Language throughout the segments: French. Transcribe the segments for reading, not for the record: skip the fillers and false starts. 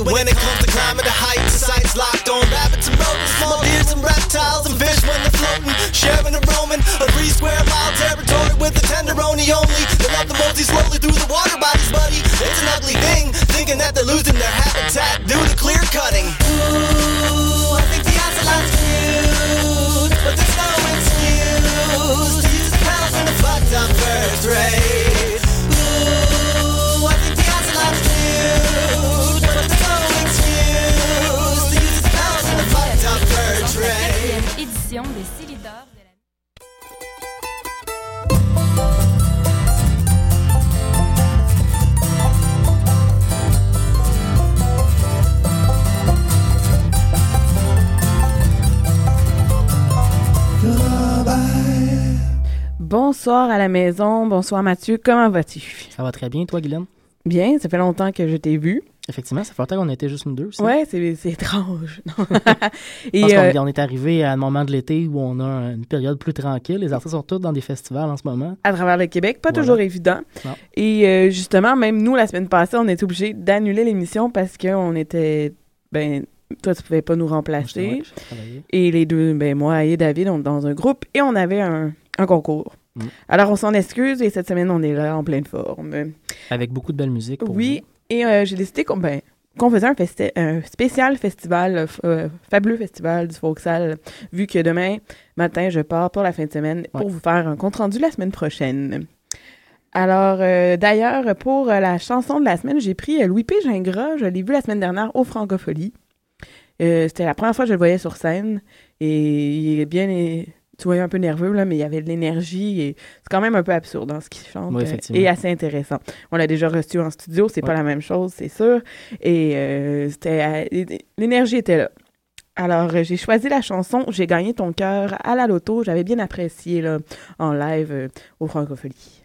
when it comes to climbing the heights. Sights locked on rabbits and rodents, small deers and reptiles and fish when they're floating, sharing and roaming a 3 square mile territory with a tenderoni only. They love the mosey slowly through the water bodies, buddy. It's an ugly thing, thinking that they're losing their habitat due to clear cutting. Ooh, I think the ocelot's cute, but there's no excuse to use his pals in a fucked up bird trade. Ooh, I think the ocelot's cute, but there's no excuse to use his pals in a fucked up bird trade. Édition des Silidors de la... Bonsoir à la maison, bonsoir Mathieu, comment vas-tu? Ça va très bien, toi, Guylaine? Bien, ça fait longtemps que je t'ai vu. Effectivement, ça fait longtemps qu'on était juste nous deux aussi. Ouais, c'est étrange. Je pense qu'on est arrivé à un moment de l'été où on a une période plus tranquille. Les artistes sont tous dans des festivals en ce moment. À travers le Québec, pas toujours évident. Non. Et justement, même nous, la semaine passée, on était obligés d'annuler l'émission parce qu'on était... toi, tu pouvais pas nous remplacer. Et les deux, moi et David, on est dans un groupe et on avait un concours. Alors, on s'en excuse et cette semaine, on est là en pleine forme. Avec beaucoup de belle musique. Pour oui, vous. Et j'ai décidé qu'on faisait un spécial festival, fabuleux festival du Folksal, vu que demain matin, je pars pour la fin de semaine pour vous faire un compte-rendu la semaine prochaine. Alors, d'ailleurs, pour la chanson de la semaine, j'ai pris Louis P. Gingras. Je l'ai vu la semaine dernière au Francophonie. C'était la première fois que je le voyais sur scène et il est bien... Tu voyais un peu nerveux, là, mais il y avait de l'énergie et c'est quand même un peu absurde dans ce qu'il chante et assez intéressant. On l'a déjà reçu en studio, c'est pas la même chose, c'est sûr. Et l'énergie était là. Alors, j'ai choisi la chanson « J'ai gagné ton cœur » à la loto. J'avais bien apprécié là, en live au Francophonie.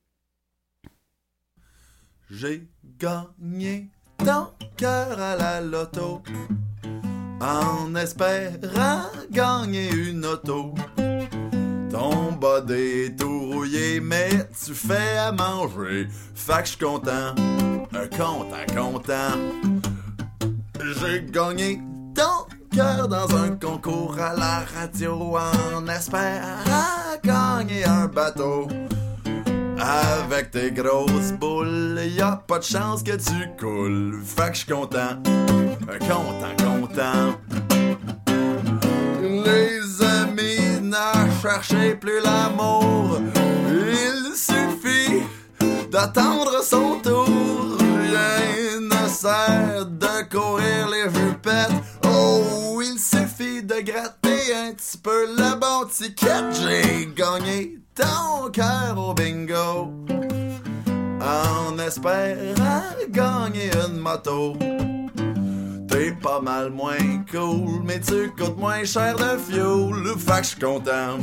J'ai gagné ton cœur à la loto en espérant gagner une auto. Ton body est tout rouillé, mais tu fais à manger. Fait que j'suis content, content. J'ai gagné ton cœur dans un concours à la radio en espérant gagner un bateau. Avec tes grosses boules, y'a pas de chance que tu coules. Fait que j'suis content, content. Les amis, ne cherchez plus l'amour. Il suffit d'attendre son tour. Rien ne sert de courir les jupettes. Oh, il suffit de gratter un petit peu le bon ticket. J'ai gagné ton cœur au bingo en espérant gagner une moto. T'es pas mal moins cool, mais tu coûtes moins cher de fuel. Fait que j'suis content.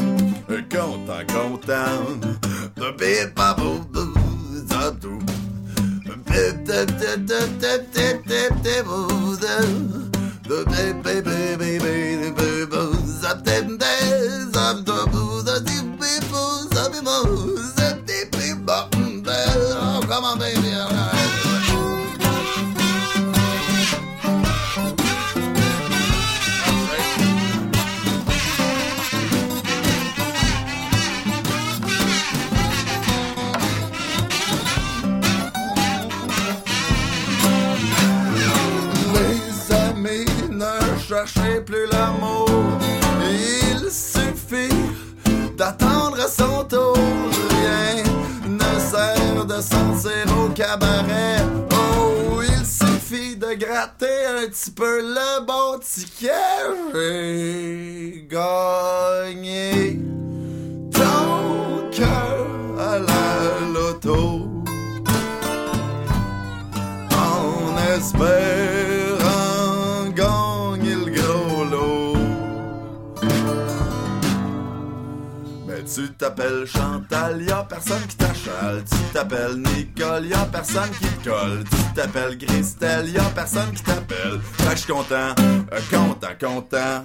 The bip babou zabdou. Bip dip dip dip dip dip dip dip the bip bip bip bip bip bip zap dip dip zap dou the dip bip zap bip zap dip bip bop. Oh, come on, baby. Cherchez plus l'amour, il suffit d'attendre son tour. Rien ne sert de sortir au cabaret. Oh, il suffit de gratter un petit peu le bon ticket. J'ai gagné ton cœur à la loto en espérant gagner le gros lot. Mais tu t'appelles Chantal, y'a personne qui t'achale. Tu t'appelles Nicole, y'a personne qui te colle. Tu t'appelles Christelle, y'a personne qui t'appelle. Fait que j'suis content, content.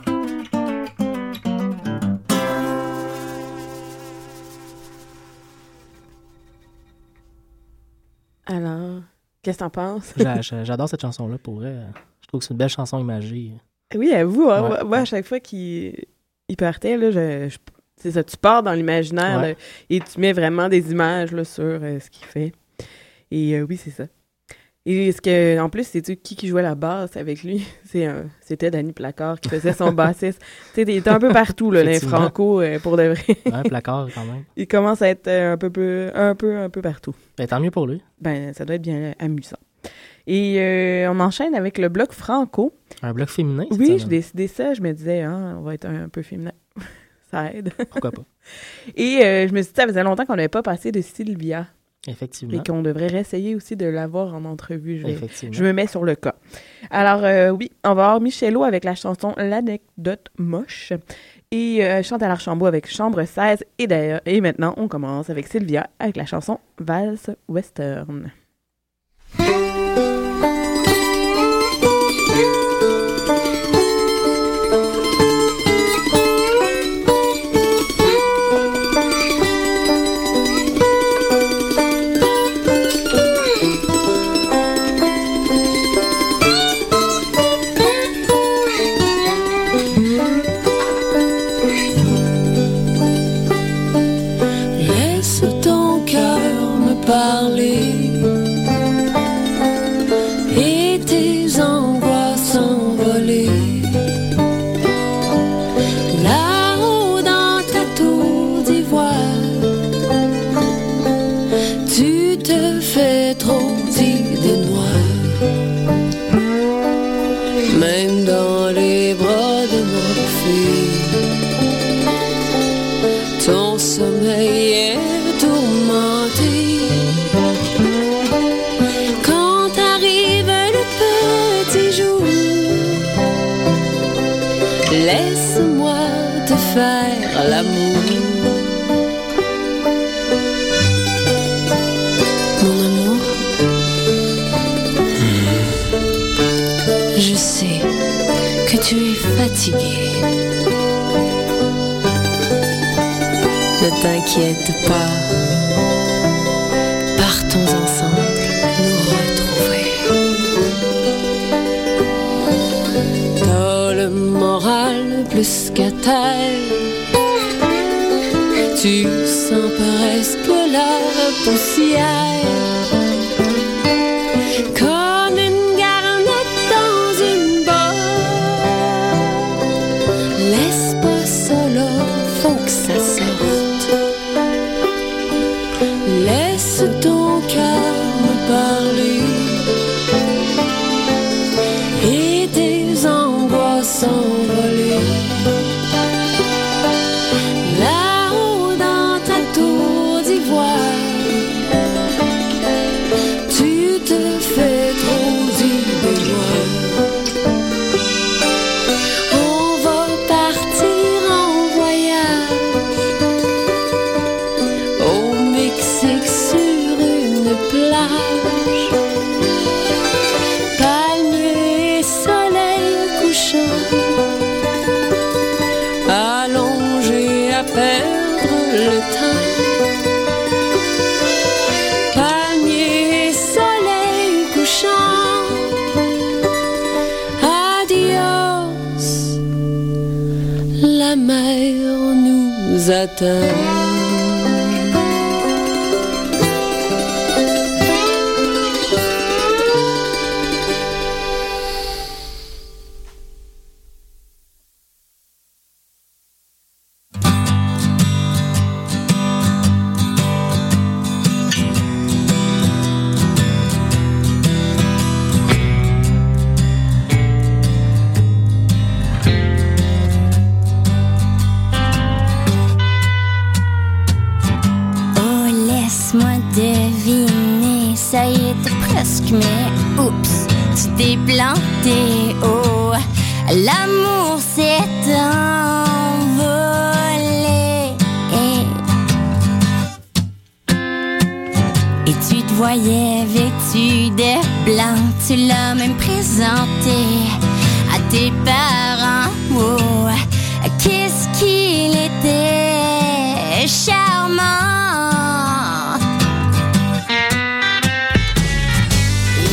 Alors, Qu'est-ce que t'en penses? J'adore cette chanson-là, pour vrai. Je trouve que c'est une belle chanson imagée. Oui, avoue, hein, Ouais. moi, à chaque fois qu'il partait, là, c'est ça, tu pars dans l'imaginaire Ouais. là, et tu mets vraiment des images là, sur ce qu'il fait. Et oui, c'est ça. Et en plus, sais-tu qui jouait la basse avec lui? C'était Danny Placard qui faisait son bassiste. Tu sais, il était un peu partout, là, les Effectivement. Franco, pour de vrai. Un placard, quand même. Il commence à être un peu partout. Ben, tant mieux pour lui. Ben, ça doit être bien amusant. Et on enchaîne avec le bloc Franco. Un bloc féminin, cette Oui, semaine. j'ai décidé ça. Je me disais, on va être un peu féminin. Ça aide. Pourquoi pas? Et je me suis dit, ça faisait longtemps qu'on n'avait pas passé de Sylvia. Effectivement. Et qu'on devrait réessayer aussi de l'avoir en entrevue. Effectivement. Je me mets sur le cas. Alors, oui, on va avoir Michelot avec la chanson L'anecdote moche. Et Chantal Archambault avec Chambre 16. Et maintenant, on commence avec Sylvia avec la chanson Valse Western. Laisse ton cœur me parler et tes angoisses s'envoler. Là-haut dans ta tour d'ivoire, tu te fais trop d'idées noires. Même dans les bras de Morphée, ton sommeil est tourmenté. Quand arrive le petit jour, laisse-moi te faire l'amour. Mon amour, je sais que tu es fatigué. Ne t'inquiète pas, partons ensemble nous retrouver. T'as le moral plus qu'à terre, tu sens presque la poussière. Comme une garnette dans une botte, laisse pas ça là, faut que ça sorte. Laisse ton cœur me parler et tes angoisses s'envoler. Là-haut dans ta tour d'ivoire, tu te fais trop d'idées noires. On va partir en voyage au Mexique sur une plage, palmiers et soleil couchant, allongé à perdre le temps. Palmiers et soleil couchant, adios, la mer nous attend. Oh, laisse-moi deviner, ça y est, t'es presque, mais oups, tu t'es planté. Oh, l'amour s'est envolé. Et tu te voyais vêtu de blanc, tu l'as même présenté à tes parents. Oh, qu'est-ce qu'il était charmant.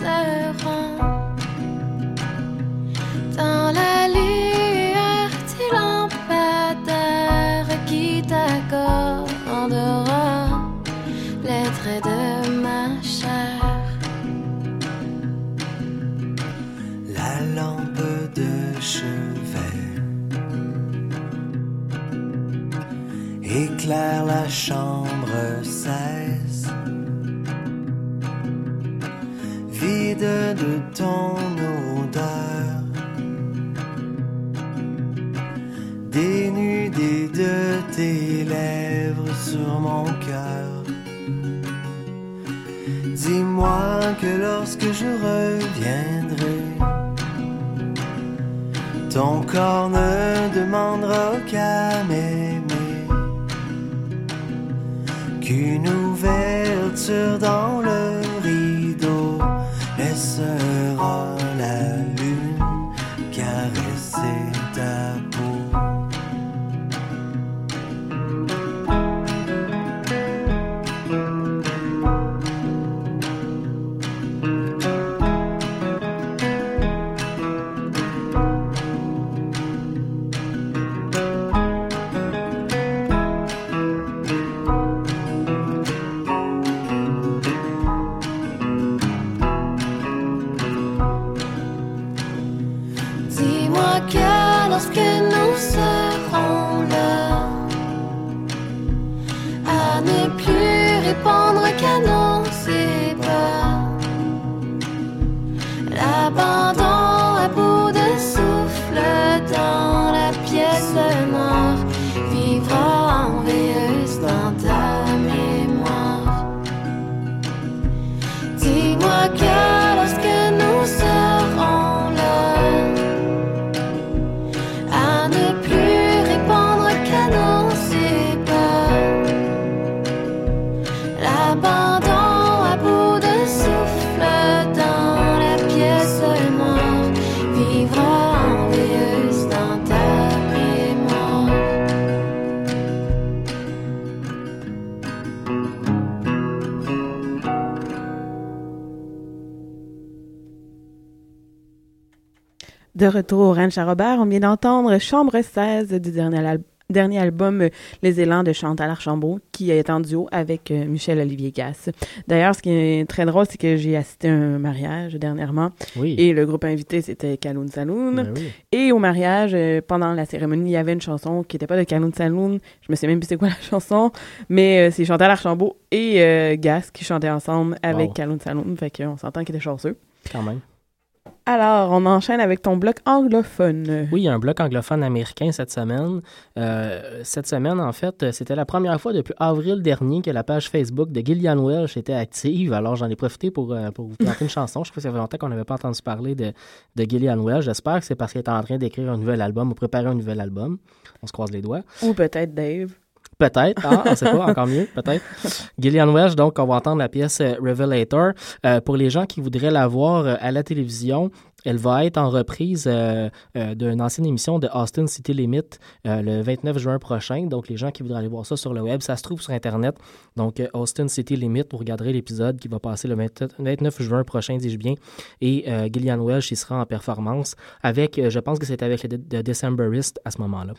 serrons dans la lueur du lampadaire qui t'accordera les traits de ma chair. La lampe de chevet éclaire la chambre 16, vide de ton odeur, dénudé de tes lèvres sur mon cœur. Dis-moi que lorsque je reviendrai, ton corps ne demandera qu'à m'aimer, qu'une ouverture dans le rideau laissera la lune caresser ta peau. Dis-moi que lorsque nous serons là, à ne plus répondre qu'à nos ébats, l'abandon à bout de souffle dans la pièce noire vivra en veilleuse dans ta mémoire. Dis-moi que lorsque nous serons là, à ne plus répondre qu'à nos ébats, l'abandon à bout de souffle dans la pièce noire vivra en veilleuse dans ta mémoire. De retour au Ranch à Robert, on vient d'entendre Chambre 16 du dernier album Les Élans de Chantal Archambault, qui est en duo avec Michel-Olivier Gasse. D'ailleurs, ce qui est très drôle, c'est que j'ai assisté à un mariage dernièrement. Oui. Et le groupe invité, c'était Kaloun Saloon. Ben oui. Et au mariage, pendant la cérémonie, il y avait une chanson qui n'était pas de Kaloun Saloon. Je me sais même plus c'est quoi la chanson, mais c'est Chantal Archambault et Gasse qui chantaient ensemble avec Kaloun Saloon. Fait qu'on s'entend qu'ils étaient chanceux. Quand même. Alors, on enchaîne avec ton bloc anglophone. Oui, il y a un bloc anglophone américain cette semaine. Cette semaine, en fait, c'était la première fois depuis avril dernier que la page Facebook de Gillian Welch était active. Alors, j'en ai profité pour vous chanter une chanson. Je sais pas si ça fait longtemps qu'on n'avait pas entendu parler de Gillian Welch. J'espère que c'est parce qu'elle est en train d'écrire un nouvel album ou préparer un nouvel album. On se croise les doigts. Ou peut-être Dave. Peut-être, on ne sait pas, encore mieux, peut-être. Gillian Welch, donc, on va entendre la pièce Revelator. Pour les gens qui voudraient la voir à la télévision, elle va être en reprise d'une ancienne émission de Austin City Limit le 29 juin prochain. Donc, les gens qui voudraient aller voir ça sur le web, ça se trouve sur Internet. Donc, Austin City Limit, vous regarderez l'épisode qui va passer le 29 juin prochain, dis-je bien. Et Gillian Welch, il sera en performance avec, je pense que c'est avec le Decemberist à ce moment-là.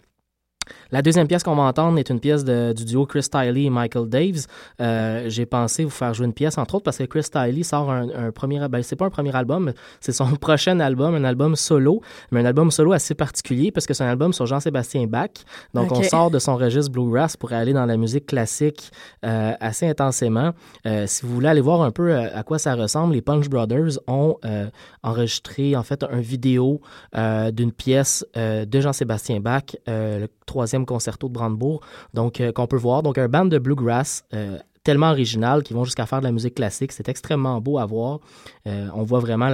La deuxième pièce qu'on va entendre est une pièce du duo Chris Tiley et Michael Daves. J'ai pensé vous faire jouer une pièce, entre autres, parce que Chris Tiley sort un premier... Ben, c'est pas un premier album, c'est son prochain album, un album solo, mais un album solo assez particulier, parce que c'est un album sur Jean-Sébastien Bach. Donc, on sort de son registre bluegrass pour aller dans la musique classique assez intensément. Si vous voulez aller voir un peu à quoi ça ressemble, les Punch Brothers ont enregistré, en fait, un vidéo d'une pièce de Jean-Sébastien Bach, le troisième concerto de Brandebourg, donc qu'on peut voir. Donc, un band de bluegrass tellement original qui vont jusqu'à faire de la musique classique. C'est extrêmement beau à voir. On voit vraiment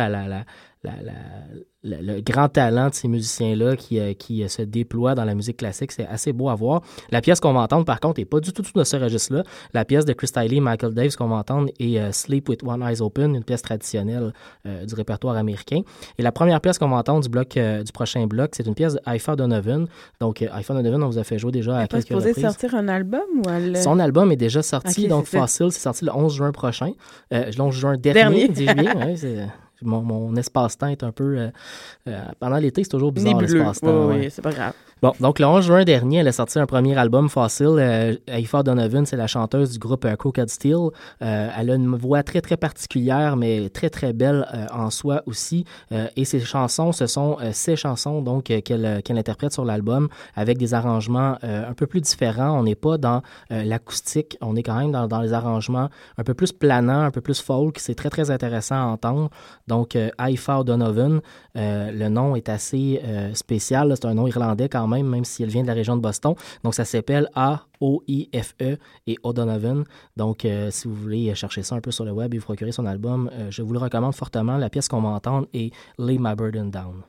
le grand talent de ces musiciens-là qui se déploient dans la musique classique. C'est assez beau à voir. La pièce qu'on va entendre, par contre, n'est pas du tout de ce registre-là. La pièce de Chris Tiley et Michael Daves qu'on va entendre est Sleep with One Eye Open, une pièce traditionnelle du répertoire américain. Et la première pièce qu'on va entendre du prochain bloc, c'est une pièce de Aoife Donovan. Donc, Aoife Donovan, on vous a fait jouer déjà à quelques reprises. Elle est supposée sortir un album ou elle... Son album est déjà sorti, donc Fossil, c'est sorti le 11 juin prochain. Le 11 juin dernier, dis-je bien. Ouais, mon espace-temps est un peu... pendant l'été, c'est toujours bizarre, Nébuleux. l'espace-temps. Oui, c'est pas grave. Bon, donc le 11 juin dernier, elle a sorti un premier album, Fossil. Aoife Donovan, c'est la chanteuse du groupe Crooked Steel. Elle a une voix très, très particulière, mais très, très belle en soi aussi. Et ses chansons, ce sont ses chansons donc qu'elle interprète sur l'album avec des arrangements un peu plus différents. On n'est pas dans l'acoustique, on est quand même dans les arrangements un peu plus planants, un peu plus folk. C'est très, très intéressant à entendre. Donc, Aoife Donovan, le nom est assez spécial. Là. C'est un nom irlandais quand même si elle vient de la région de Boston. Donc, ça s'appelle A-O-I-F-E et O'Donovan. Donc, si vous voulez chercher ça un peu sur le web et vous procurer son album, je vous le recommande fortement. La pièce qu'on va entendre est Lay My Burden Down.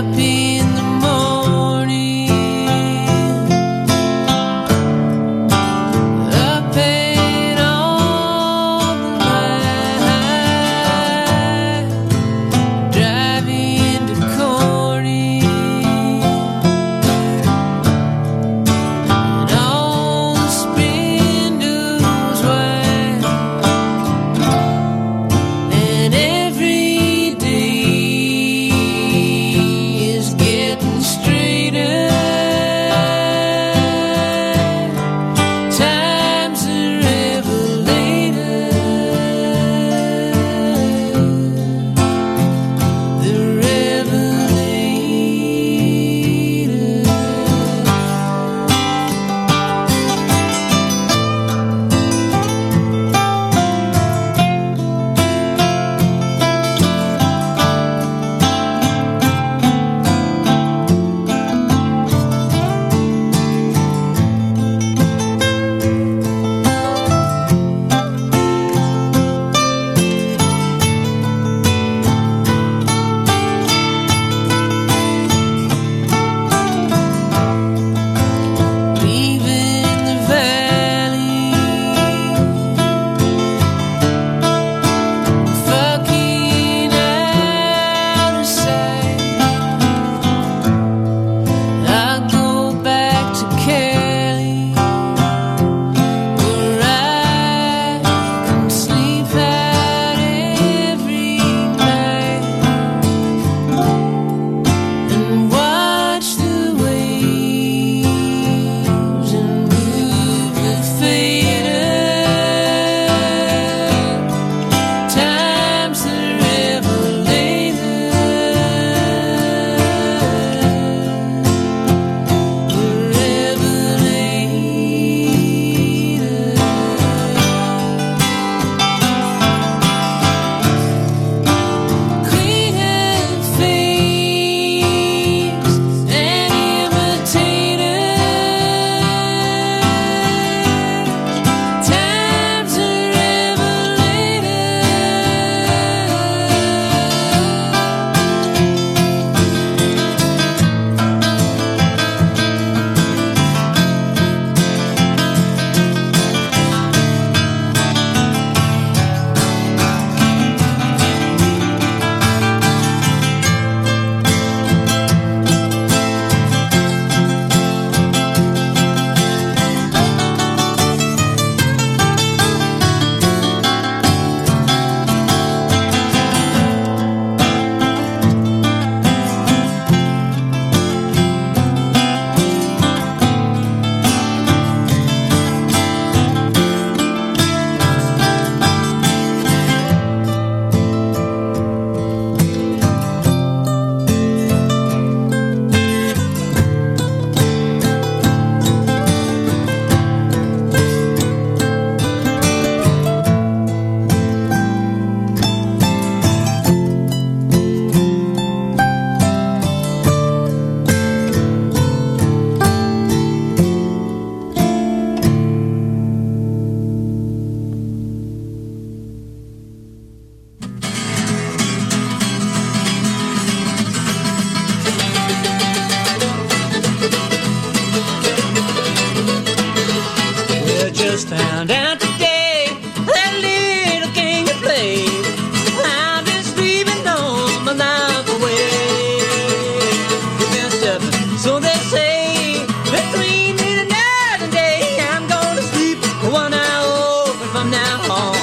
happy in the morning. The pain on the line, driving to Corny, and all the spindles wide, and every day is getting straighter. Times are ever later. They're ever later. Leaving the valley, fucking out of sight. I go back to Cali, where I can sleep out every night and watch the waves and move the fader. Times are ever later. They're ever later. Clean-headed face and imitators. Times are ever later. Well, just found out today that little game you played. I've been sleeping on my life away. You've been stepping, so they say, between night and day. I'm gonna sleep 1 hour from now on.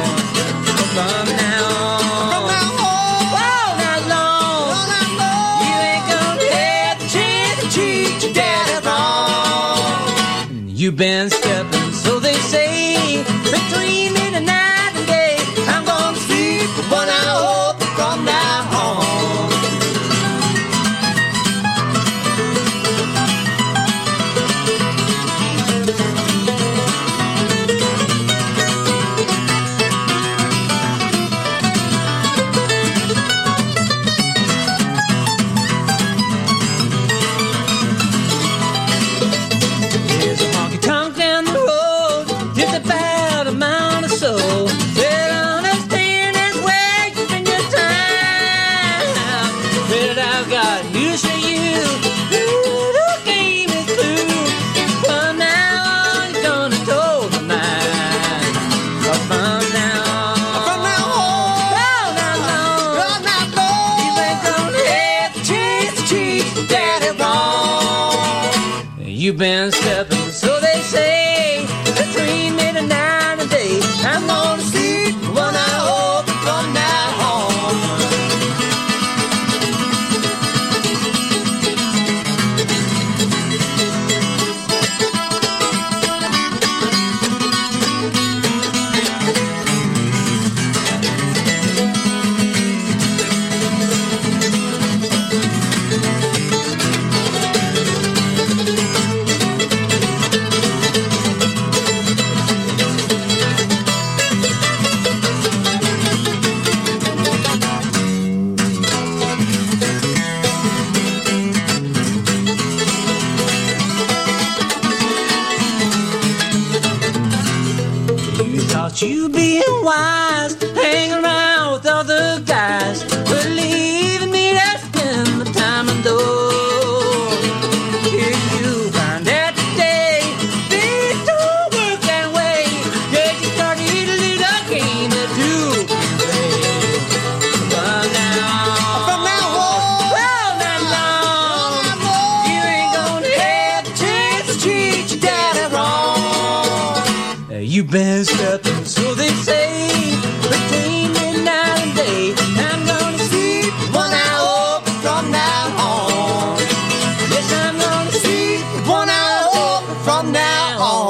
From now on. All night long. You ain't gonna have the chance to treat your daddy wrong. You've been stepping, so they say, between night and day. I'm gonna sleep 1 hour from now on. There's a honky tonk down the road. your daddy wrong. You've been stepping, so they say, between midnight and day. I'm gonna sleep when I hope from now on. You being wise, hang around with other guys, believing me, that's been the time and door. If you find that today, things don't work that way, yeah, you started a little game that you can play. But now, from now on, well, not long, you ain't gonna have a chance to treat your daddy wrong. You've been stepping, so they say, between midnight and day. I'm gonna sleep one hour from now on. Yes, I'm gonna sleep one hour from now on.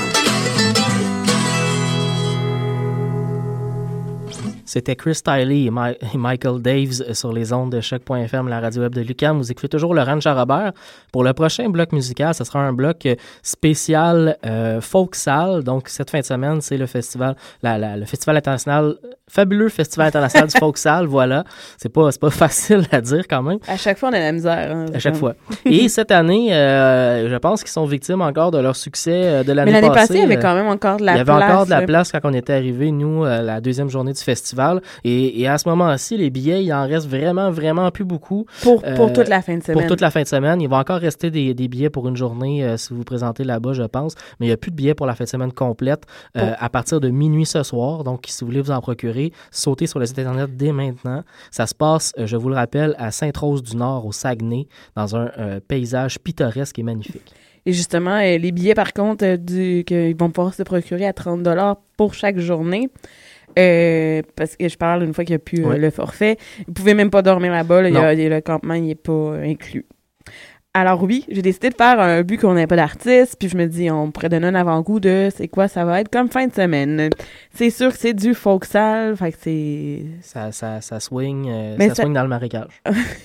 C'était Chris Tiley et Michael Daves sur les ondes de Choc.fm, la radio web de l'UQAM. Vous écoutez toujours Laurent Jarabert. Pour le prochain bloc musical, ce sera un bloc spécial Folksal. Donc, cette fin de semaine, c'est le festival, le festival international, fabuleux festival international du Folksal. Voilà. C'est pas facile à dire quand même. À chaque fois, on a la misère. Hein, à chaque fois. Et cette année, je pense qu'ils sont victimes encore de leur succès de l'année passée. Mais l'année passée, il y avait quand même encore de la place. Il y avait encore de la place quand on était arrivés, nous, la deuxième journée du festival. Et à ce moment-ci, les billets, il en reste vraiment, vraiment plus beaucoup. Pour toute la fin de semaine. Pour toute la fin de semaine. Il va encore rester des billets pour une journée si vous vous présentez là-bas, je pense. Mais il n'y a plus de billets pour la fin de semaine complète à partir de minuit ce soir. Donc, si vous voulez vous en procurer, sautez sur le site Internet dès maintenant. Ça se passe, je vous le rappelle, à Sainte-Rose-du-Nord, au Saguenay, dans un paysage pittoresque et magnifique. Et justement, les billets, par contre, qu'ils vont pouvoir se procurer à 30$ pour chaque journée. Parce que je parle une fois qu'il n'y a plus le forfait. Vous ne pouvez même pas dormir là-bas. Là, le campement n'est pas inclus. Alors oui, j'ai décidé de faire vu qu'on n'avait pas d'artiste, puis je me dis, on pourrait donner un avant-goût de c'est quoi ça va être comme fin de semaine. C'est sûr que c'est du folksal, fait que c'est... Ça swing, ça swing dans le marécage.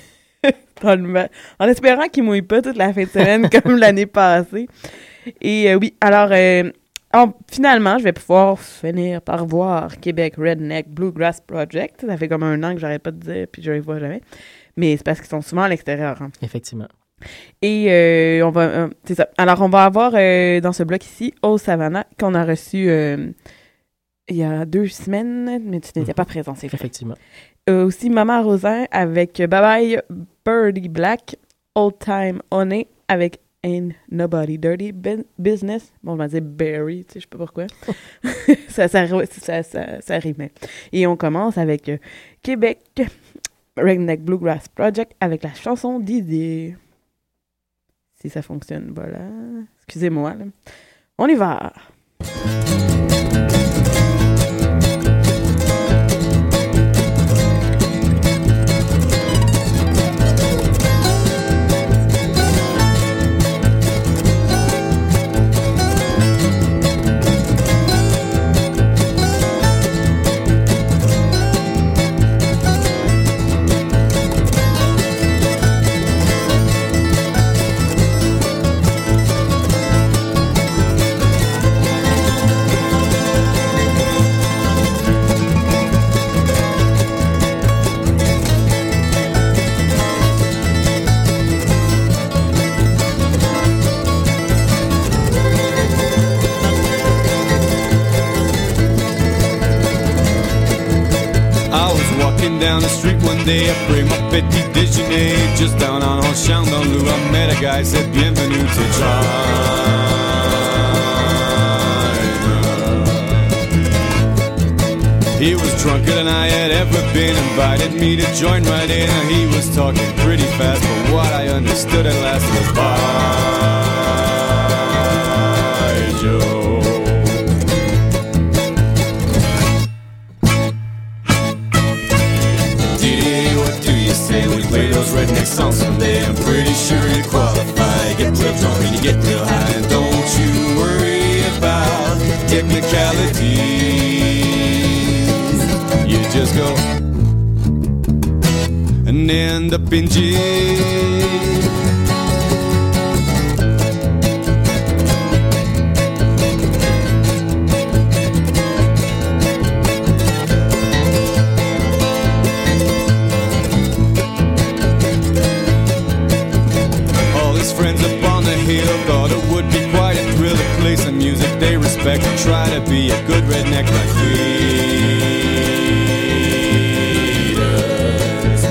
En espérant qu'il ne mouille pas toute la fin de semaine comme l'année passée. Et oui, alors... finalement, je vais pouvoir finir par voir Québec Redneck Bluegrass Project. Ça fait comme 1 an que j'arrête pas de dire, puis je les vois jamais. Mais c'est parce qu'ils sont souvent à l'extérieur. Hein. Effectivement. Et on va... c'est ça. Alors, on va avoir dans ce bloc ici, au Savannah, qu'on a reçu il y a 2 semaines, mais tu n'étais pas présent, c'est vrai. Effectivement. Aussi, Maman Rosin avec Bye Bye Birdie Black, Old Time Honey avec Ain't Nobody Dirty Business. Bon, on va dire Barry, tu sais, je sais pas pourquoi. ça rimait. Et on commence avec Québec Redneck Bluegrass Project avec la chanson d'Idée. Si ça fonctionne, voilà. Excusez-moi, là. On y va! Down the street one day après mon petit déjeuner, just down on Chandon, I met a guy, said bienvenue to China. He was drunker than I had ever been. Invited me to join right in. He was talking pretty fast, but what I understood at last was bye, Joe. Diddy, what do you say? We play those redneck songs someday. I'm pretty sure you qualify. Get real drunk and you get real high. And don't you worry about technicalities. You just go and end up in jail. All his friends up on the hill thought it would be quite a thrill to play some music they respect and try to be a good redneck like Cletus.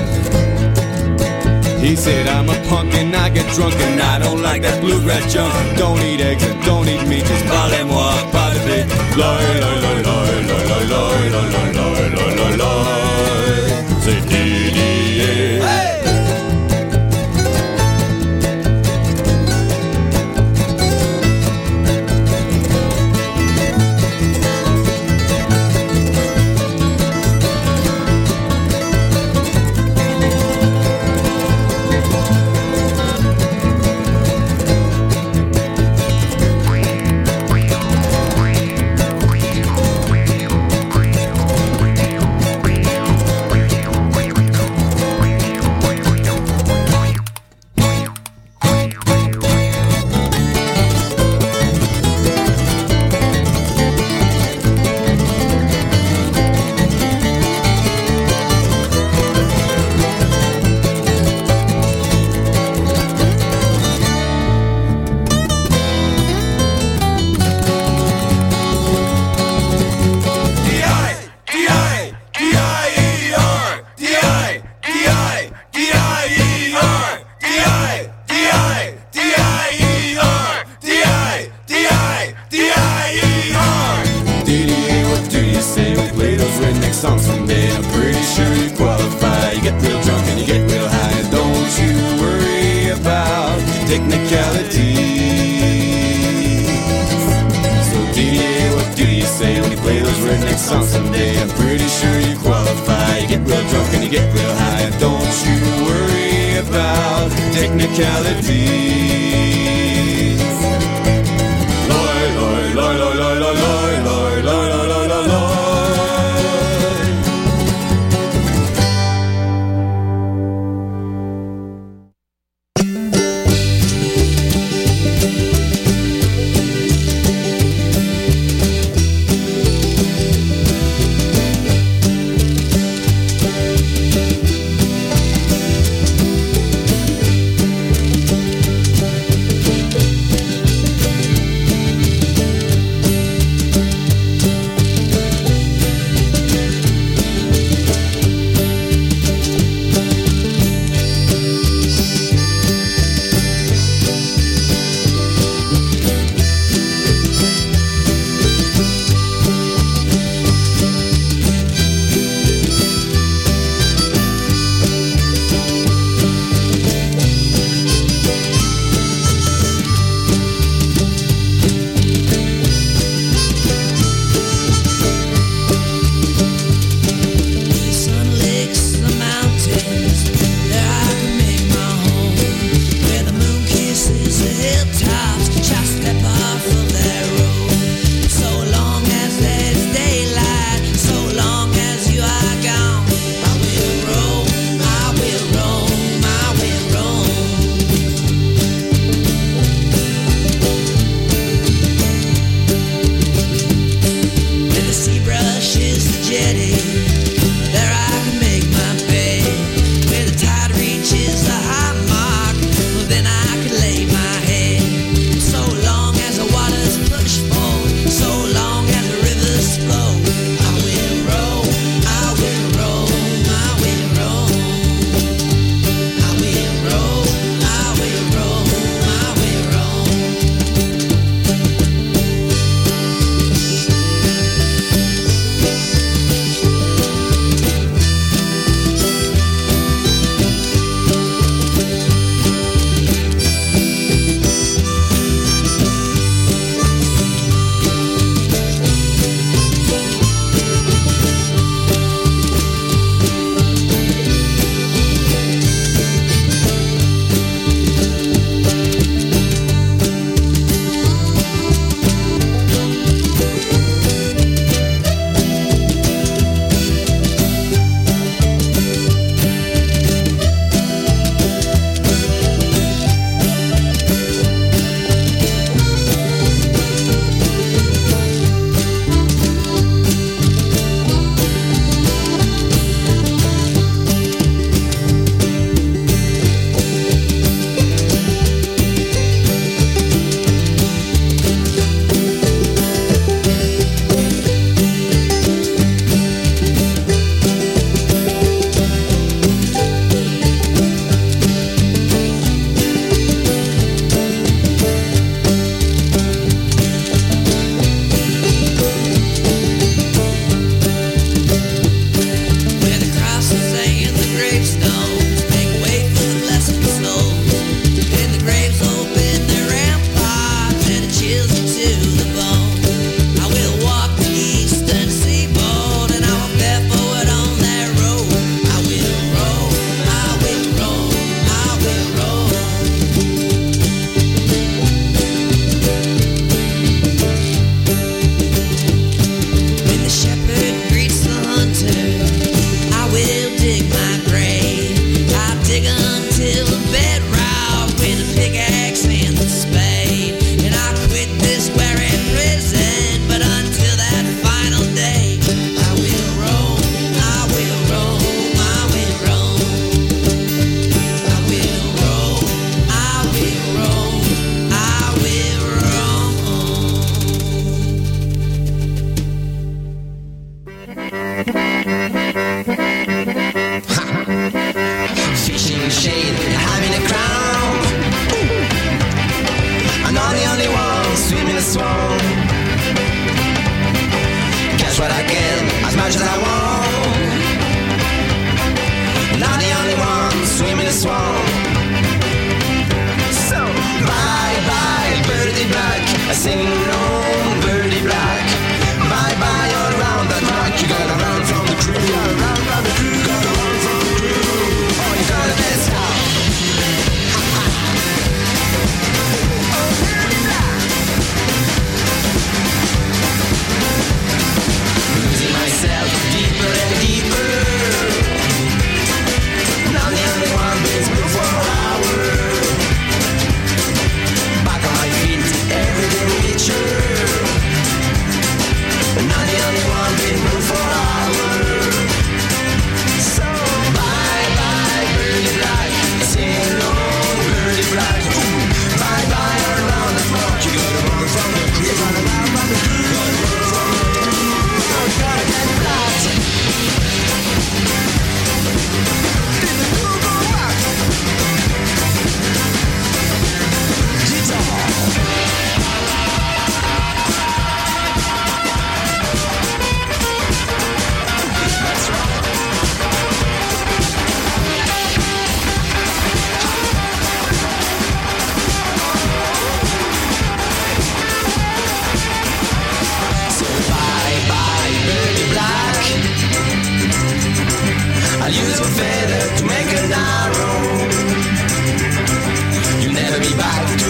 He said, I'm a punk and I get drunk and I don't like that bluegrass junk. Don't eat eggs and don't eat meat, just parlez-moi, pas de bête. Loi, loi, loi, loi, loi, loi, loi, loi, loi, loi, loi, loi. C'est Didier. Hey!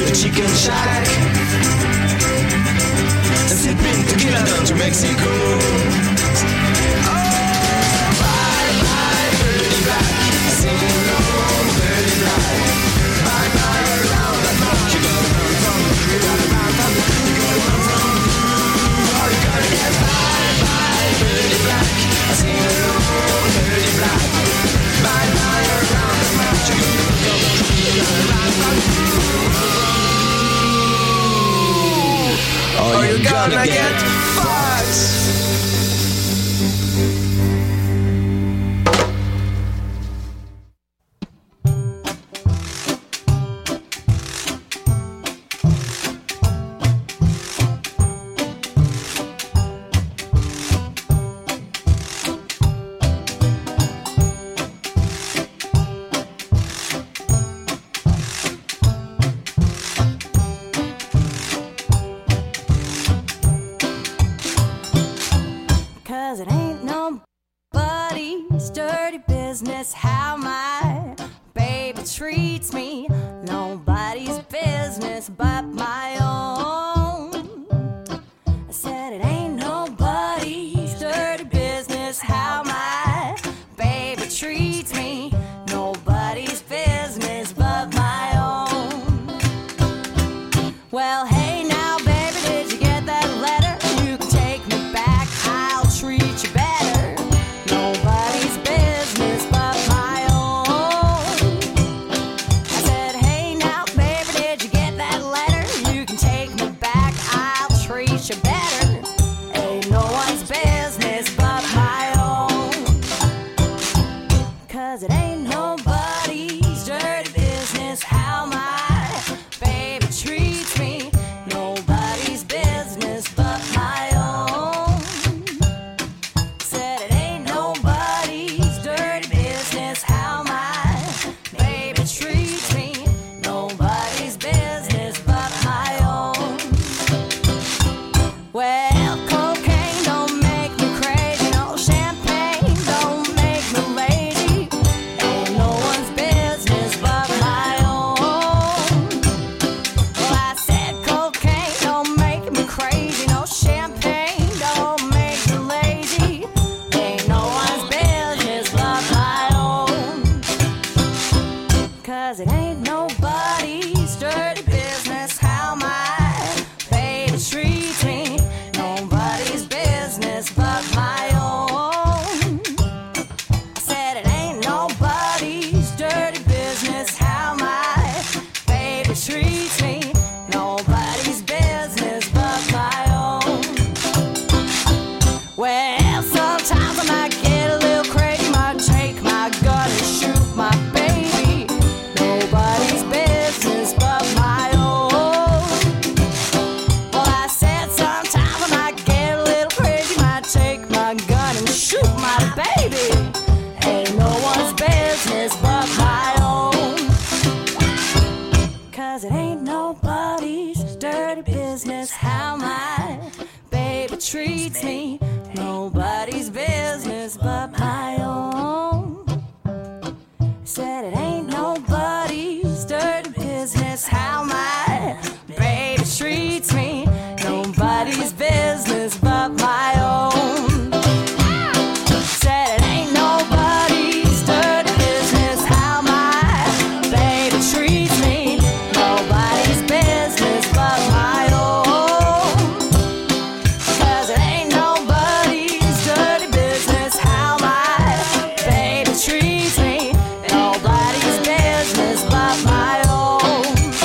the chicken shack and sipping tequila down to Mexico. Oh, bye bye dirty black, sing along dirty black. Bye bye around the clock, you gotta run from the crew, gotta run from the crew, you gotta run from the crew. All you gotta get bye bye dirty black, sing along dirty black. Bye bye around the clock, you gotta run from the crew, you gotta run from the crew. Or you're gonna get fucked. Cause it ain't nobody's dirty business how my baby treats me. Nobody's business but my own. I said it ain't nobody's dirty business how my baby treats me. Nobody's business but my own. Well, hey now, baby, did you get that letter? You can take me back, I'll treat you better. Nobody's business but my own. I said, hey now, baby, did you get that letter? You can take me back, I'll treat you better. Ain't no one's business but my own. Cause it ain't nobody's dirty business how my baby treats me. Nobody's business but my own. Said it ain't nobody's dirty business how my baby treats me. Nobody's business but my own. Well, cocaine don't make me crazy, no champagne don't make me lazy. Ain't no one's business but my own. Well, I said cocaine don't make me crazy, no champagne don't make me lazy. Ain't no one's business but my own. Cause it ain't nobody's dirty business how my baby treats me. Nobody's business but my own. I said it ain't nobody's dirty business how my baby treats me. Nobody's business but my own. Well, sometimes I might get a little crazy, might take my gun and shoot my baby. Nobody's business but my own. Well, I said sometimes I might get a little crazy, might take my gun and shoot my baby. Ain't no one's business but my own. Cause it ain't nobody's dirty business how my baby treats me. Nobody's business but my own. Said it ain't nobody's dirty business how my baby treats me. Nobody's business but my own. Said it ain't nobody's dirty business how my baby treats me. Nobody's business but my own. Cause it ain't nobody's dirty business how my baby treats me. Nobody's business but my own.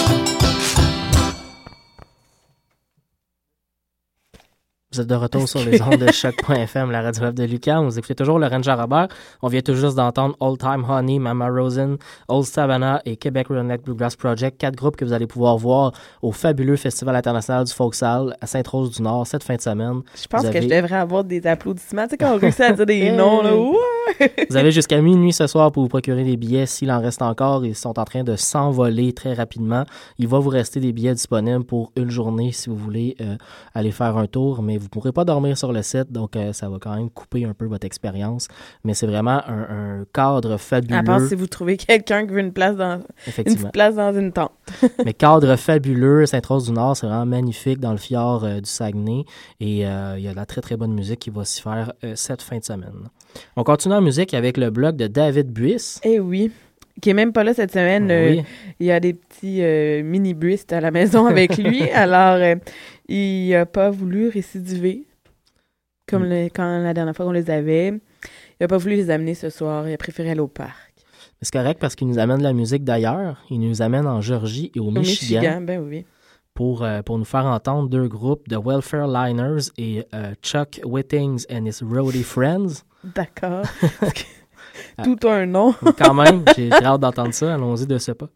Vous êtes de retour sur les ondes de choc.fm, la radio web de Lucam. Vous écoutez toujours Laurent Jarabert. On vient tout juste d'entendre Old Time Honey, Mama Rosin, Old Savannah et Québec Redneck Bluegrass Project. 4 groupes que vous allez pouvoir voir au fabuleux Festival international du Folksal à Sainte-Rose-du-Nord cette fin de semaine. Je pense que je devrais avoir des applaudissements. Tu sais, quand on réussit à dire des noms, là. Vous avez jusqu'à minuit ce soir pour vous procurer des billets. S'il en reste encore, ils sont en train de s'envoler très rapidement. Il va vous rester des billets disponibles pour une journée si vous voulez aller faire un tour, mais vous ne pourrez pas dormir sur le site, donc ça va quand même couper un peu votre expérience. Mais c'est vraiment un cadre fabuleux. À part si vous trouvez quelqu'un qui veut une petite place dans une tente. Mais cadre fabuleux, Sainte-Rose-du-Nord, c'est vraiment magnifique dans le fjord du Saguenay. Et il y a de la très, très bonne musique qui va s'y faire cette fin de semaine. On continue en musique avec le blog de David Buisse. Eh oui, qui est même pas là cette semaine. Oui. Il y a des petits mini-buistes à la maison avec lui. Alors, il n'a pas voulu récidiver comme quand la dernière fois qu'on les avait. Il n'a pas voulu les amener ce soir. Il a préféré aller au parc. C'est correct parce qu'il nous amène de la musique d'ailleurs. Il nous amène en Géorgie et au Michigan. Ben oui. Pour nous faire entendre deux groupes, The Welfare Liners et Chuck Whittings and His Roadie Friends. D'accord. Tout a un nom. Quand même, j'ai hâte d'entendre ça. Allons-y de ce pas.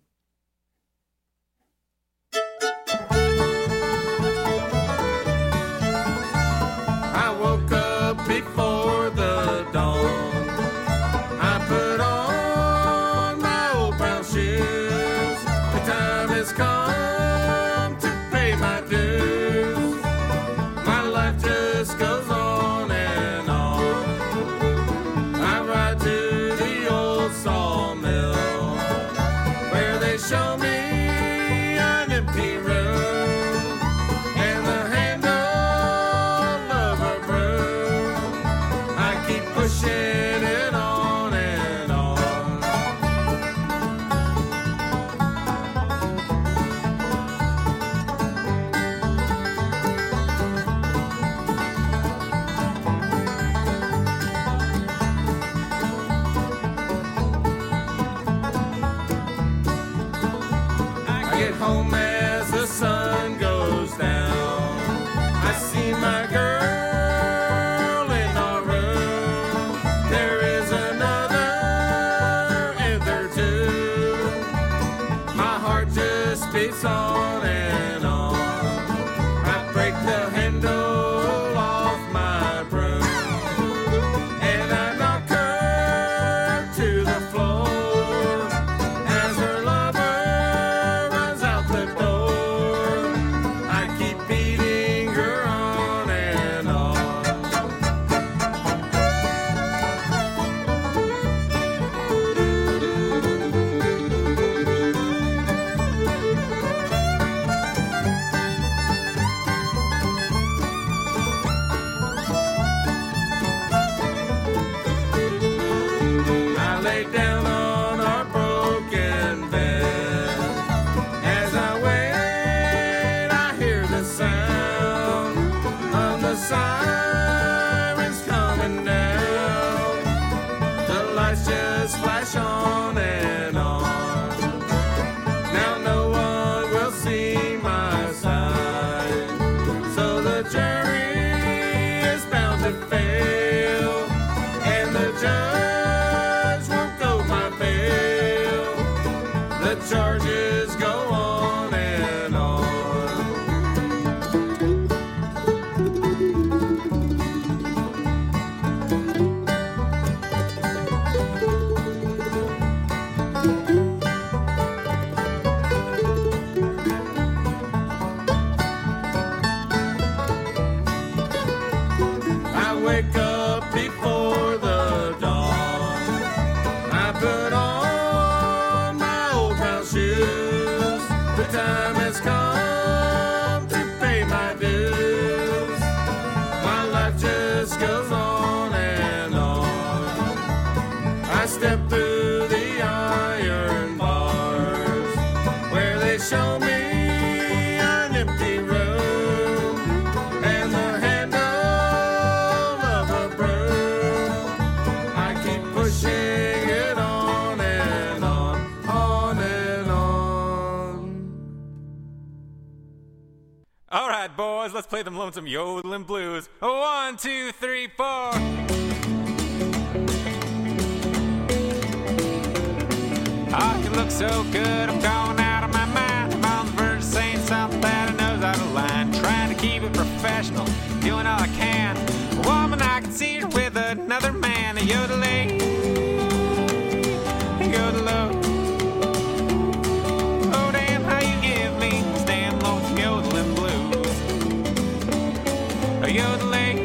I woke up before the dawn. I put on my old brown shoes. The time has come to pay my dues. My life just goes on and on. I ride to the old sawmill where they show me an empty room and the handle of a broom. I keep pushing it on and on. I get home as the sun goes down. I see my girl in our room. There is another and there too. My heart just beats on and on. I break the handle off my broom and I knock her to the floor as her lover runs out the door. I keep beating her on and on. I lay down on our broken bed. As I wait, I hear the sound of the sirens coming down. The lights just flash on and on. Now no one will see my side, so the jury is bound to fail, and the judge won't go my bail. The charges go on and on. I wake up before the dawn. I put on my old brown shoes. The time has come to pay my dues. My life just goes on and on. I step through the iron bars where they show me an empty room and the handle of a broom. I keep pushing it on and on and on. All right, boys, let's play them lonesome yodeling blues. 1, 2, 3, 4. I can look so good, I'm going out of my mind. I'm on the verge of saying something that I know's out of line. Trying to keep it professional, doing all I can. A woman, I can see her with another man. A yodeling, yodelo. Oh, damn, how you give me this damn lonesome yodeling blues. A yodeling,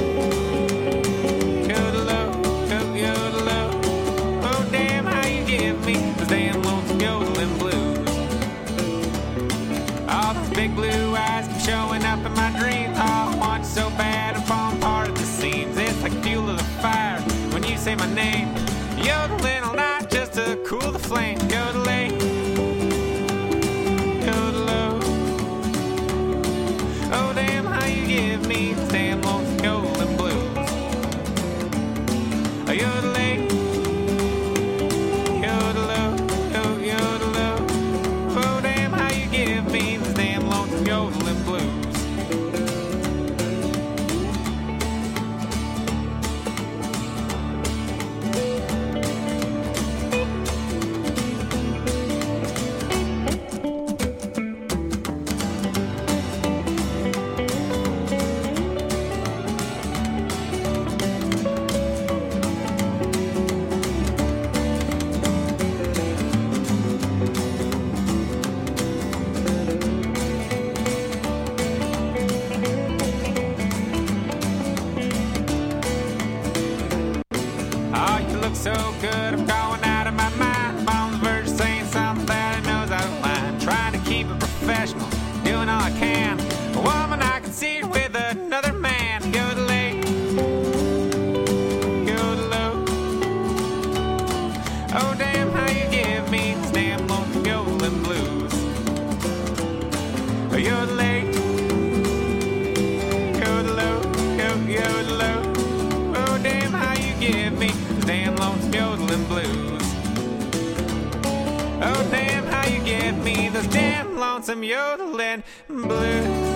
yodelo, yodelo. Oh, damn, how you give me this damn lonesome yodeling blues. showing up in my dreams. Oh, I want you so bad, I'm falling apart at the seams. It's like fuel to the fire when you say my name. Yodeling all night just to cool the flame. Yodeling, yodel. Oh, damn, how you give me these damn lonesome yodeling blues. Yodeling, yodel, yodel. Oh, damn, how you give me these damn lonesome yodeling blues. So good, I'm going out of my mind. I'm on the verge of saying something that I know's out of line. Trying to keep it professional, doing all I can. A woman I can see with another man. Yodeling, yodel. Oh, damn, how you give me these damn lonesome yodeling blues. Yodeling, yodel, yodel. Oh, damn, how you give me damn lonesome yodeling blues. Oh, damn, how you give me those damn lonesome yodeling blues.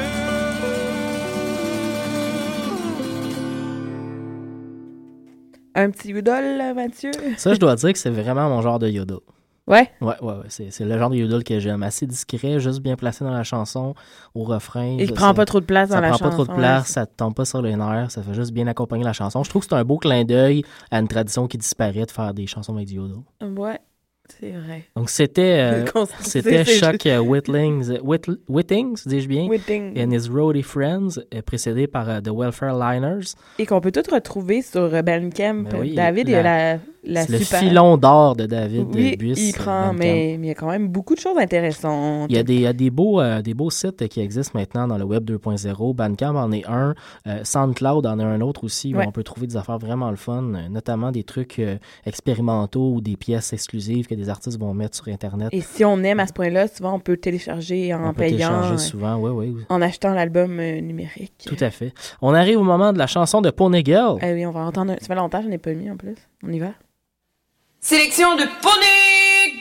Un petit yodel, Mathieu? Ça, je dois dire que c'est vraiment mon genre de yodel. Ouais? Ouais. C'est le genre de yodel que j'aime. Assez discret, juste bien placé dans la chanson, au refrain. Il prend pas trop de place dans la chanson. Ça prend pas trop de place, ça te tombe pas sur les nerfs, ça fait juste bien accompagner la chanson. Je trouve que c'est un beau clin d'œil à une tradition qui disparaît de faire des chansons avec du yodel. Ouais, c'est vrai. Donc c'était Chuck Whittings, dis-je bien, Whitting. and His Roadie Friends, précédé par The Welfare Liners. Et qu'on peut tout retrouver sur Bandcamp. Ben oui, David, il y a la c'est super... le filon d'or de David Buisse. Il prend, mais il y a quand même beaucoup de choses intéressantes. Il y a des beaux sites qui existent maintenant dans le Web 2.0. Bandcamp en est un. SoundCloud en est un autre aussi, où on peut trouver des affaires vraiment le fun, notamment des trucs expérimentaux ou des pièces exclusives que des artistes vont mettre sur Internet. Et si on aime à ce point-là, souvent on peut télécharger en payant. Télécharger souvent, oui. En achetant l'album numérique. Tout à fait. On arrive au moment de la chanson de Pony Girl. Oui, on va entendre. Ça fait longtemps que je n'ai pas mis en plus. On y va. Sélection de Pony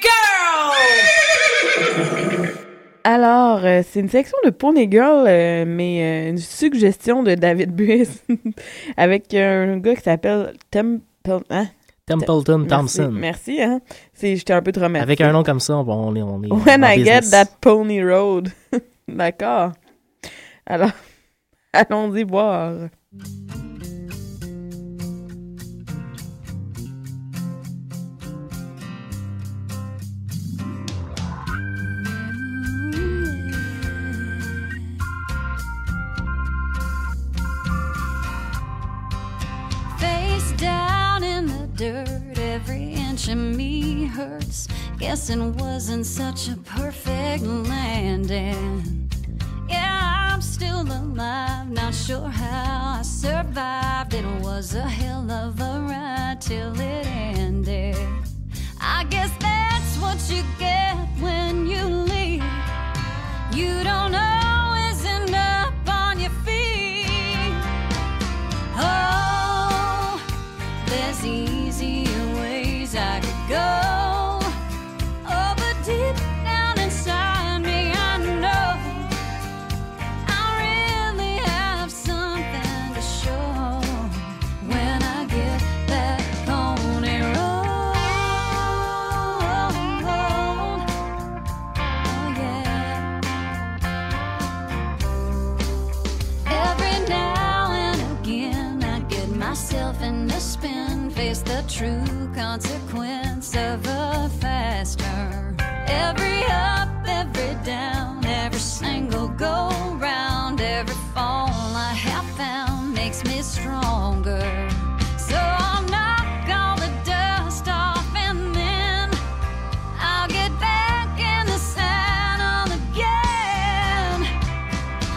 Girl! Alors, c'est une sélection de Pony Girl, mais une suggestion de David Buisse avec un gars qui s'appelle Templeton Thompson. Merci, hein. J'étais un peu traumatisée. Avec un nom comme ça, on est When I get that pony road. D'accord. Alors, allons-y voir. Down in the dirt, every inch of me hurts. Guessing wasn't such a perfect landing. Yeah, I'm still alive, not sure how I survived. It was a hell of a ride till it ended. I guess that's what you get when you leave. You don't always end up on your feet. Oh, there's easier ways I could go. Oh, but deep down inside me, I know I really have something to show when I get that pony road. Oh, yeah. Every now and again, I get myself in a spin, face the true consequence of a fast turn. Every up, every down, every single go round, every fall I have found makes me stronger. So I'll knock all the dust off and then I'll get back in the saddle again.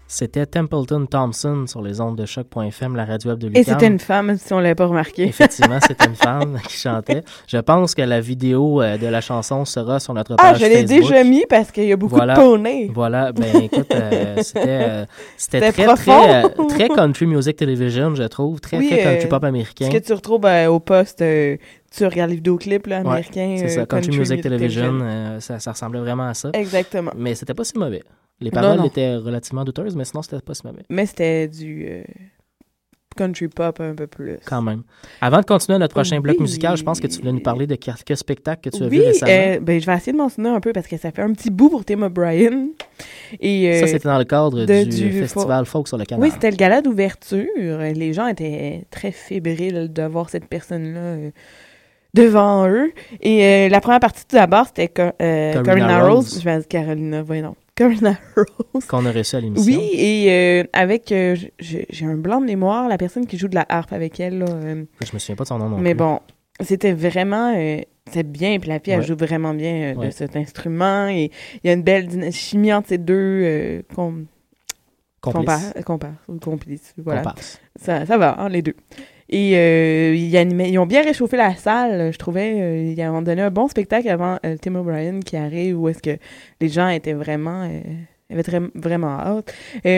C'était Templeton Thompson sur les ondes de choc.fm, la radio web de Et l'UQAM. c'était une femme, si on l'avait pas remarqué. Effectivement, c'était une femme qui chantait. Je pense que la vidéo de la chanson sera sur notre page Ah, je l'ai Facebook. déjà mis parce qu'il y a beaucoup Voilà. de poneys. Voilà, ben écoute, c'était C'était très, profond. très country music television, je trouve. Très, Oui, très country pop américain. Ce que tu retrouves au poste, tu regardes les vidéoclips là, américains. C'est ça, country music television, television. ça ressemblait vraiment à ça. Exactement. Mais c'était pas si mauvais. Les paroles non. étaient relativement douteuses, mais sinon, c'était pas si mauvais. Mais c'était du country pop un peu plus. Quand même. Avant de continuer notre prochain Oui. bloc musical, je pense que tu voulais nous parler de quelques spectacles que tu as Oui, vus récemment. ben, je vais essayer de mentionner un peu parce que ça fait un petit bout pour Tim O'Brien. Et, Ça, c'était dans le cadre du festival Folk sur le Canal. Oui, c'était le gala d'ouverture. Les gens étaient très fébriles de voir cette personne-là devant eux. Et la première partie tout d'abord, c'était Corina Rose. Je vais dire Carolina, voyons. Corina Rose. Qu'on a reçu à l'émission. Oui, et avec, j'ai un blanc de mémoire, la personne qui joue de la harpe avec elle. Là, Je me souviens pas de son nom non mais plus. bon, c'était vraiment... c'est bien, puis la fille, elle Ouais. joue vraiment bien de Ouais. cet instrument. Et il y a une belle chimie entre ces deux Complice. complices. Voilà. Comparse. Ça va, hein, les deux. Et ils ont bien réchauffé la salle, je trouvais. Ils ont donné un bon spectacle avant Tim O'Brien qui arrive, où est-ce que les gens étaient vraiment... vraiment hâte.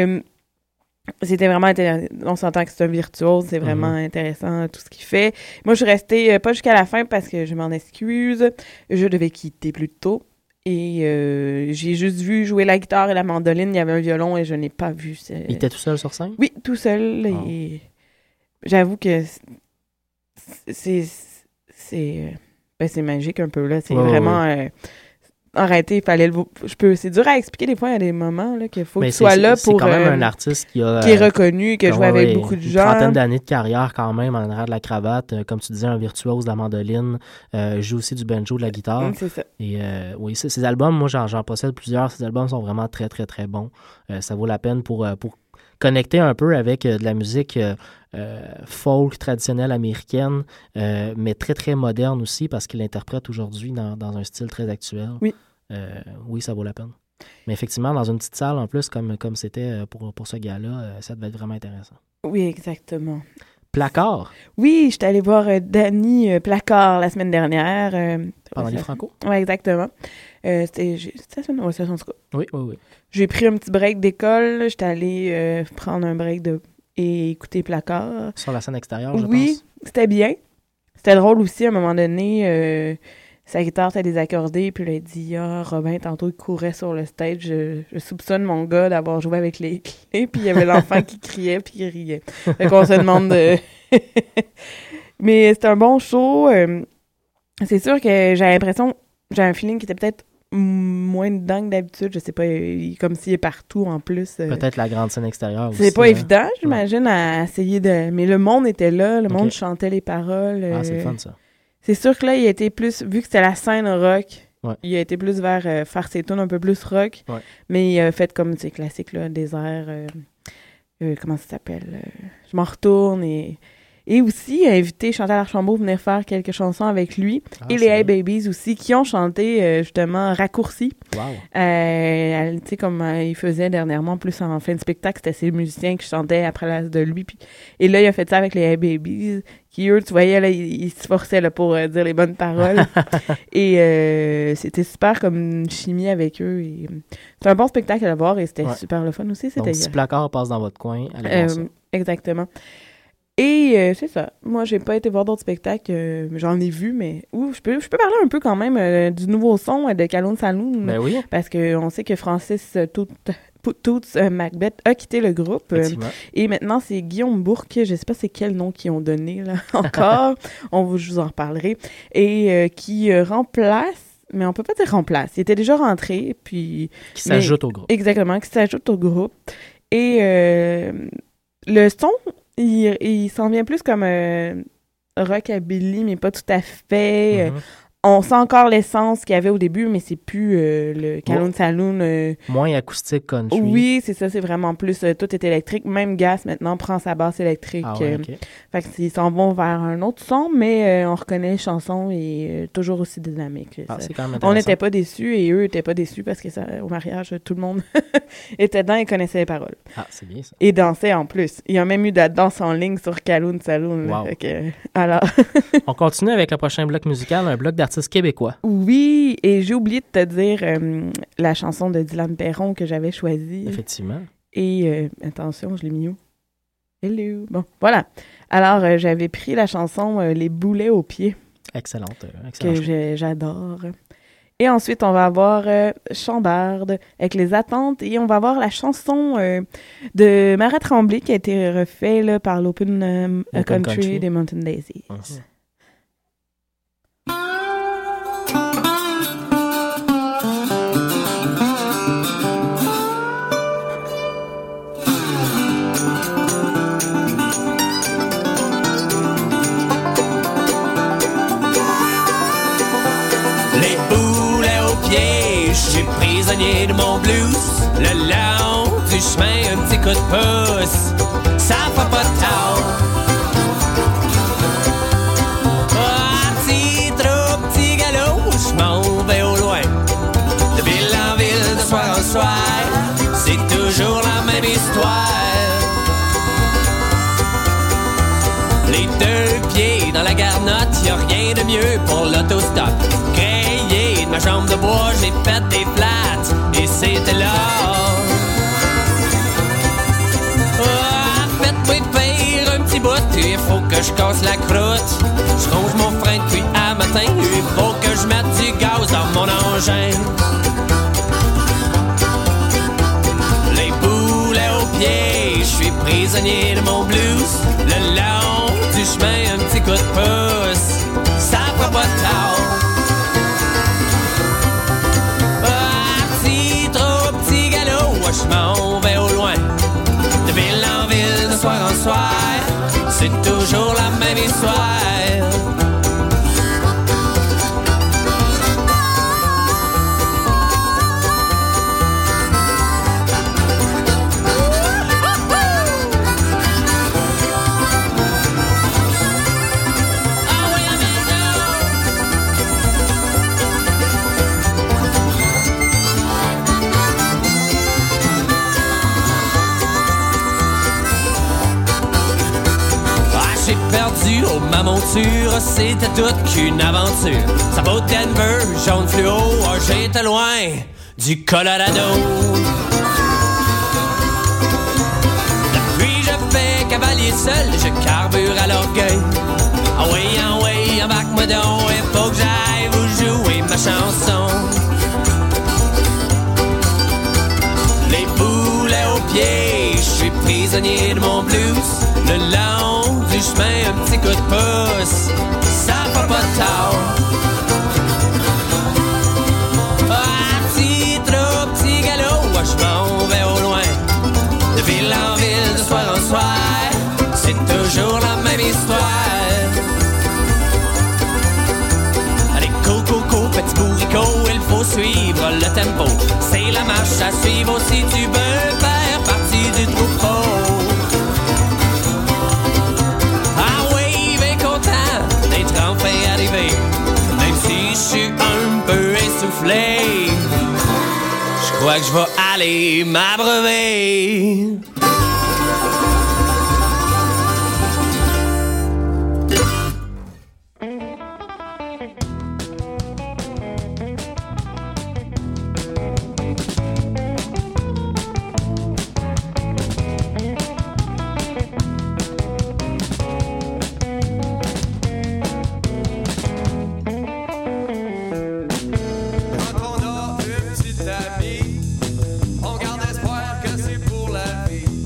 C'était vraiment intéressant. On s'entend que c'est un virtuose, c'est vraiment intéressant tout ce qu'il fait. Moi, je suis restée pas jusqu'à la fin parce que je m'en excuse. Je devais quitter plus tôt. Et j'ai juste vu jouer la guitare et la mandoline. Il y avait un violon et je n'ai pas vu. Il était tout seul sur scène? Oui, tout seul. Oh. Et j'avoue que c'est magique un peu, là. C'est vraiment... arrêtez, il fallait c'est dur à expliquer des fois, il y a des moments là, qu'il faut qu'il soit là pour... C'est quand même un artiste qui est reconnu, qui a joué avec beaucoup de gens. Une trentaine d'années de carrière quand même, en arrière de la cravate. Comme tu disais, un virtuose de la mandoline. Joue aussi du banjo, de la guitare. C'est ça. Et oui, ces albums, moi j'en possède plusieurs. Ces albums sont vraiment très, très, très bons. Ça vaut la peine pour connecter un peu avec de la musique folk traditionnelle américaine, mais très, très moderne aussi, parce qu'il l'interprète aujourd'hui dans un style très actuel. Oui. Oui, ça vaut la peine. Mais effectivement, dans une petite salle, en plus, comme c'était pour ce gars-là, ça devait être vraiment intéressant. Oui, exactement. Placard. Oui, j'étais allée voir Danny Placard la semaine dernière. Pendant les Franco? Oui, exactement. C'était la semaine? Oui, c'est en tout cas. Oui, oui, oui. J'ai pris un petit break d'école. J'étais allée prendre un break et écouter Placard. Sur la scène extérieure, je pense. Oui, c'était bien. C'était drôle aussi, à un moment donné, sa guitare était désaccordée, puis là, il dit « Ah, Robin, tantôt, il courait sur le stage. Je soupçonne mon gars d'avoir joué avec les clés. » Puis il y avait l'enfant qui criait, puis il riait. Fait qu'on se demande... Mais c'était un bon show. C'est sûr que j'ai l'impression... J'ai un feeling qui était peut-être moins dedans que d'habitude. Je sais pas, comme s'il est partout en plus. Peut-être la grande scène extérieure aussi. C'est pas évident, j'imagine, à essayer de... Mais le monde était là, le monde chantait les paroles. Ah, c'est le fun, ça. C'est sûr que là, il a été plus... Vu que c'était la scène rock, ouais. Il a été plus vers faire ses tunes un peu plus rock. Ouais. Mais il a fait comme, tu sais, classique, là, des airs... comment ça s'appelle? Je m'en retourne et aussi, il a invité Chantal Archambault à venir faire quelques chansons avec lui. Et les Hey Babies aussi, qui ont chanté, justement, Raccourci. Wow. Tu sais, comme il faisait dernièrement, plus en fin de spectacle, c'était ses musiciens qui chantaient après l'as de lui. Et là, il a fait ça avec les Hey Babies, qui, eux, tu voyais, là, ils se forçaient là, pour dire les bonnes paroles. Et c'était super comme une chimie avec eux. C'est un bon spectacle à voir et c'était super le fun aussi. Donc, si Placard passe dans votre coin, allez voir ça. Exactement. Et c'est ça. Moi, j'ai pas été voir d'autres spectacles. J'en ai vu, mais je peux parler un peu quand même du nouveau son de Calonne Saloon. Ben oui. Parce qu'on sait que Francis Toots Macbeth a quitté le groupe. Et maintenant, c'est Guillaume Bourque. Je sais pas c'est quel nom qu'ils ont donné là encore. Je vous en reparlerai. Et qui remplace... Mais on peut pas dire remplace. Il était déjà rentré, puis... Qui s'ajoute au groupe. Exactement, qui s'ajoute au groupe. Et le son... Il s'en vient plus comme rockabilly, mais pas tout à fait. On sent encore l'essence qu'il y avait au début, mais c'est plus le Calhoun Saloon. Moins acoustique country. Oui, c'est ça, c'est vraiment plus tout est électrique. Même Gas maintenant prend sa basse électrique. Ah ouais, ok. Fait qu'ils s'en vont vers un autre son, mais on reconnaît les chansons et toujours aussi dynamique. Ah, c'est quand même On intéressant. n'était pas déçus et eux n'étaient pas déçus parce que au mariage, tout le monde était dedans et connaissait les paroles. Ah, c'est bien ça. Et dansait en plus. Il y a même eu de la danse en ligne sur Calhoun Saloon. Wow. Fait que, alors... On continue avec le prochain bloc musical, un bloc d'artistes québécois. Oui, et j'ai oublié de te dire la chanson de Dylan Perron que j'avais choisie. Effectivement. Et attention, je l'ai mis où? Hello. Bon, voilà. Alors, j'avais pris la chanson Les boulets aux pieds. Excellente. Que j'adore. Et ensuite, on va avoir Chambarde avec Les Attentes. Et on va avoir la chanson de Marat Tremblay qui a été refaite là, par l'Open Country des Mountain Daisies. Uh-huh. Je suis prisonnier de mon blues. Le long du chemin, un petit coup de pouce, ça fait pas de tort. Petit trou, petit galop, je m'en vais au loin. De ville en ville, de soir en soir, c'est toujours la même histoire. Les deux pieds dans la garnotte, y'a rien de mieux pour l'autostop. Grillé de ma jambe de bois, j'ai fait des plates et c'était là. Faites-moi faire un petit bout, il faut que je casse la croûte. Je ronge mon frein depuis à matin, il faut que je mette du gaz dans mon engin. Les boulets aux pieds, je suis prisonnier de mon blues. Le long du chemin, un petit coup de pouce, ça fait pas de tort. Petit trou, petit galop, je m'en vais au loin. De ville en ville, de soir en soir, c'est toujours la même histoire. Perdu au ma monture, c'était toute qu'une aventure. Ça vaut Denver, jaune fluo, oh, j'étais loin du Colorado. Depuis je fais cavalier seul, je carbure à l'orgueil. Ah oui, embarque-moi donc, il faut que j'aille vous jouer ma chanson. Les boulets aux pieds, je suis prisonnier de mon blues. Le long du chemin, un petit coup de pouce, ça fait pas de tort. Petit trou, petit galop, je m'en vais au loin. De ville en ville, de soir en soir, c'est toujours la même histoire. Allez, coco, petit bourricot, il faut suivre le tempo. C'est la marche à suivre si tu veux faire partie du troupeau. Enfin arrivé, même si je suis un peu essoufflé, je crois que je vais aller m'abreuver. On garde espoir que c'est pour la vie.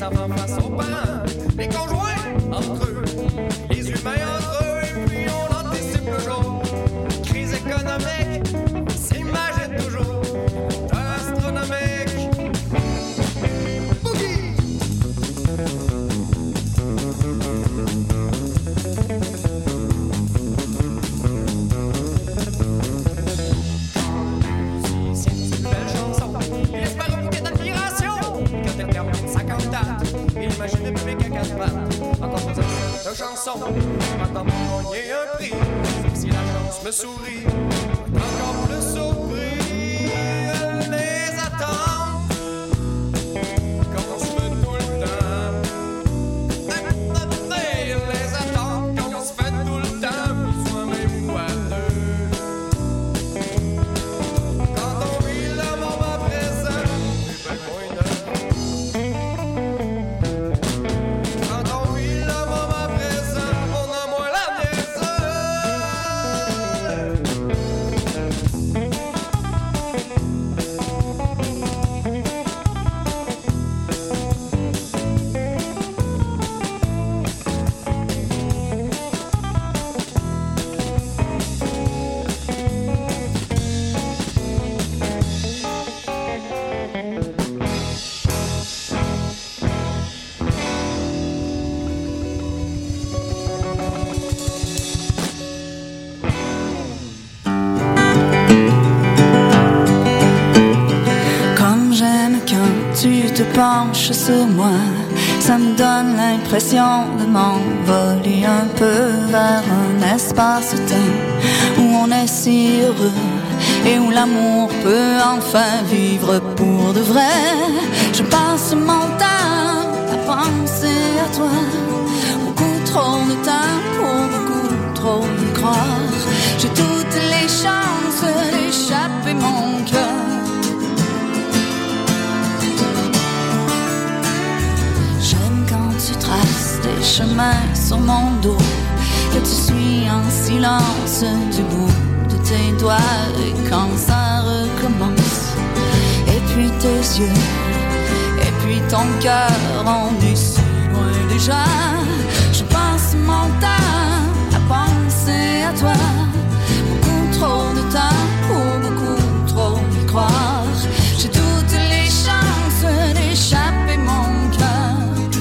enfants face aux parents, les conjoints entre eux, les humains entre eux, et puis on anticipe le jour. Crise économique, s'imagine toujours, astronomique. Boogie! Si c'est une belle chanson, il espère un bouquet d'admiration. Quand elle termine sa cantate, il imagine le public à quatre pattes. Encore faisant cette chanson, m'attends pour gagner un prix. Si la chance me sourit, encore plus surpris. Elle les attend quand on se fait tout le temps. Elle les attend quand on se fait tout le temps, plus soi-même ou à deux. Quand on vit le moment présent, c'est pas moins quand on vit le moment présent, on a moins la Comme j'aime quand tu te penches sur moi, ça me donne l'impression de m'envoler un peu vers un espace-temps où on est si heureux et où l'amour peut enfin vivre pour de vrai. Je passe mon temps à penser à toi, beaucoup trop de temps pour beaucoup trop y croire. J'ai toutes les chances d'échapper mon cœur. J'aime quand tu traces des chemins sur mon dos, que tu suis en silence du bout de tes doigts, et quand ça recommence, et puis tes yeux, et puis ton cœur, on est si loin déjà. Je passe mon temps à penser à toi, beaucoup trop de temps pour beaucoup trop y croire. J'ai toutes les chances d'échapper mon cœur.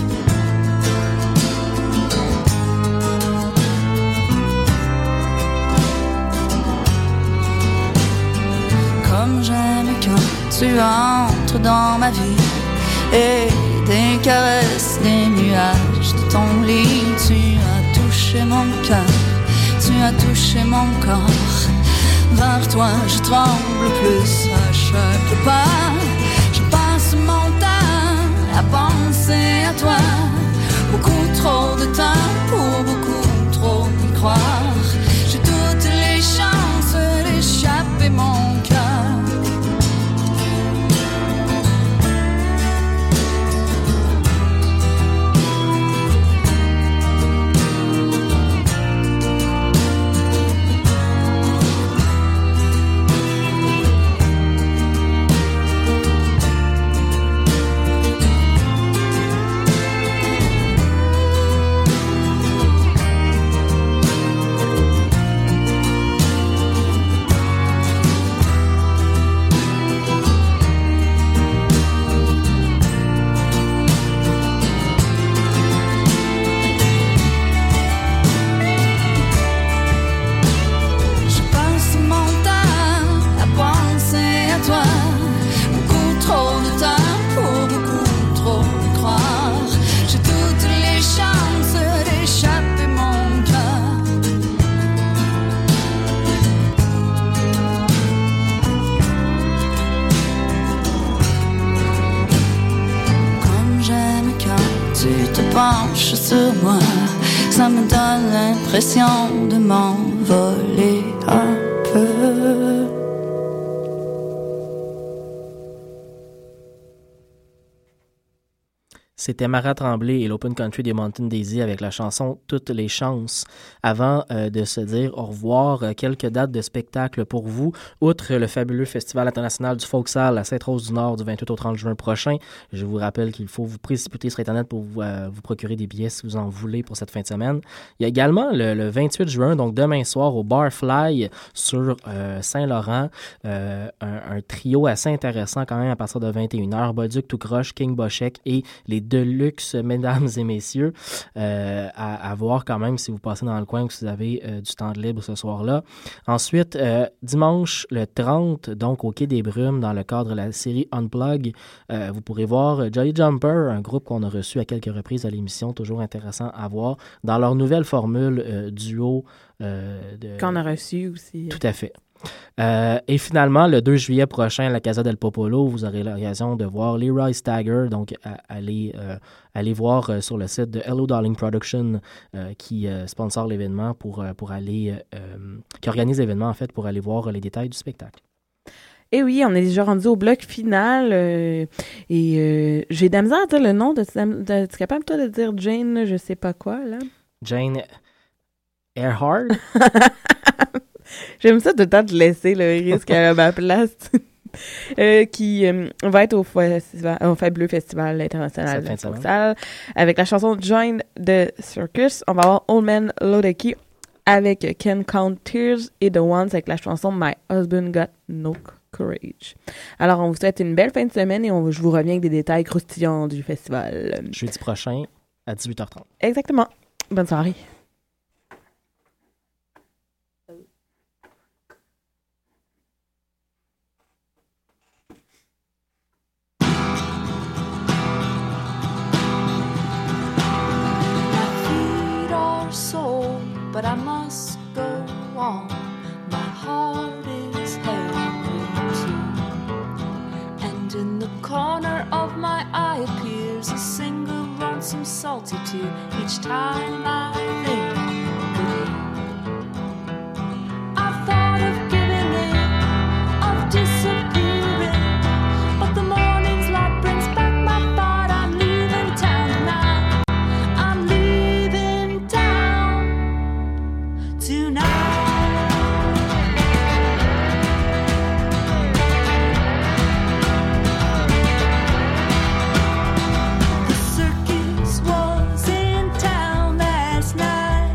Comme j'aime quand tu entres dans ma vie et des caresses, des nuages de ton lit. Tu as touché mon cœur, tu as touché mon corps. Vers toi je tremble plus à chaque pas. Je passe mon temps à penser à toi, beaucoup trop de temps pour beaucoup trop y croire. J'ai toutes les chances d'échapper mon cœur. Penche sur moi, ça me donne l'impression de m'envoler un peu. C'était Mara Tremblay et l'Open Country des Mountain Daisy avec la chanson « Toutes les chances ». Avant de se dire au revoir, quelques dates de spectacle pour vous. Outre le fabuleux Festival international du Folksal à Sainte-Rose-du-Nord du 28 au 30 juin prochain, je vous rappelle qu'il faut vous précipiter sur Internet pour vous procurer des billets si vous en voulez pour cette fin de semaine. Il y a également le 28 juin, donc demain soir, au Barfly sur Saint-Laurent, un trio assez intéressant quand même à partir de 21h. Bolduc Tout Croche, King Bochek et les Deluxe, mesdames et messieurs, à voir quand même si vous passez dans le coin, que vous avez du temps de libre ce soir-là. Ensuite, dimanche le 30, donc au Quai des Brumes, dans le cadre de la série Unplug, vous pourrez voir Jolly Jumper, un groupe qu'on a reçu à quelques reprises à l'émission, toujours intéressant à voir, dans leur nouvelle formule duo. Qu'on a reçu aussi. Tout à fait. Et finalement, le 2 juillet prochain à la Casa del Popolo, vous aurez l'occasion de voir Leroy Stagger, donc allez voir sur le site de Hello Darling Production qui sponsor l'événement pour aller qui organise l'événement en fait pour aller voir les détails du spectacle. Et oui, on est déjà rendu au bloc final et j'ai de la misère à dire le nom. Es-tu capable toi de dire Jane, je sais pas quoi là? Jane Earhart? J'aime ça tout le temps de laisser le risque à ma place. Qui va être au fabuleux Festival international de Folksal avec la chanson Join the Circus. On va avoir Old Man Lodeki avec Can Count Tears et The Ones avec la chanson My Husband Got No Courage. Alors, on vous souhaite une belle fin de semaine et je vous reviens avec des détails croustillants du festival. Jeudi prochain à 18h30. Exactement. Bonne soirée. Soul, but I must go on. My heart is heavy too, and in the corner of my eye appears a single lonesome salty tear each time I think of you. I've thought of giving in, of disappearing, but the morning's light brings back my thought. I'm leaving town tonight. I'm leaving town tonight. The circus was in town last night.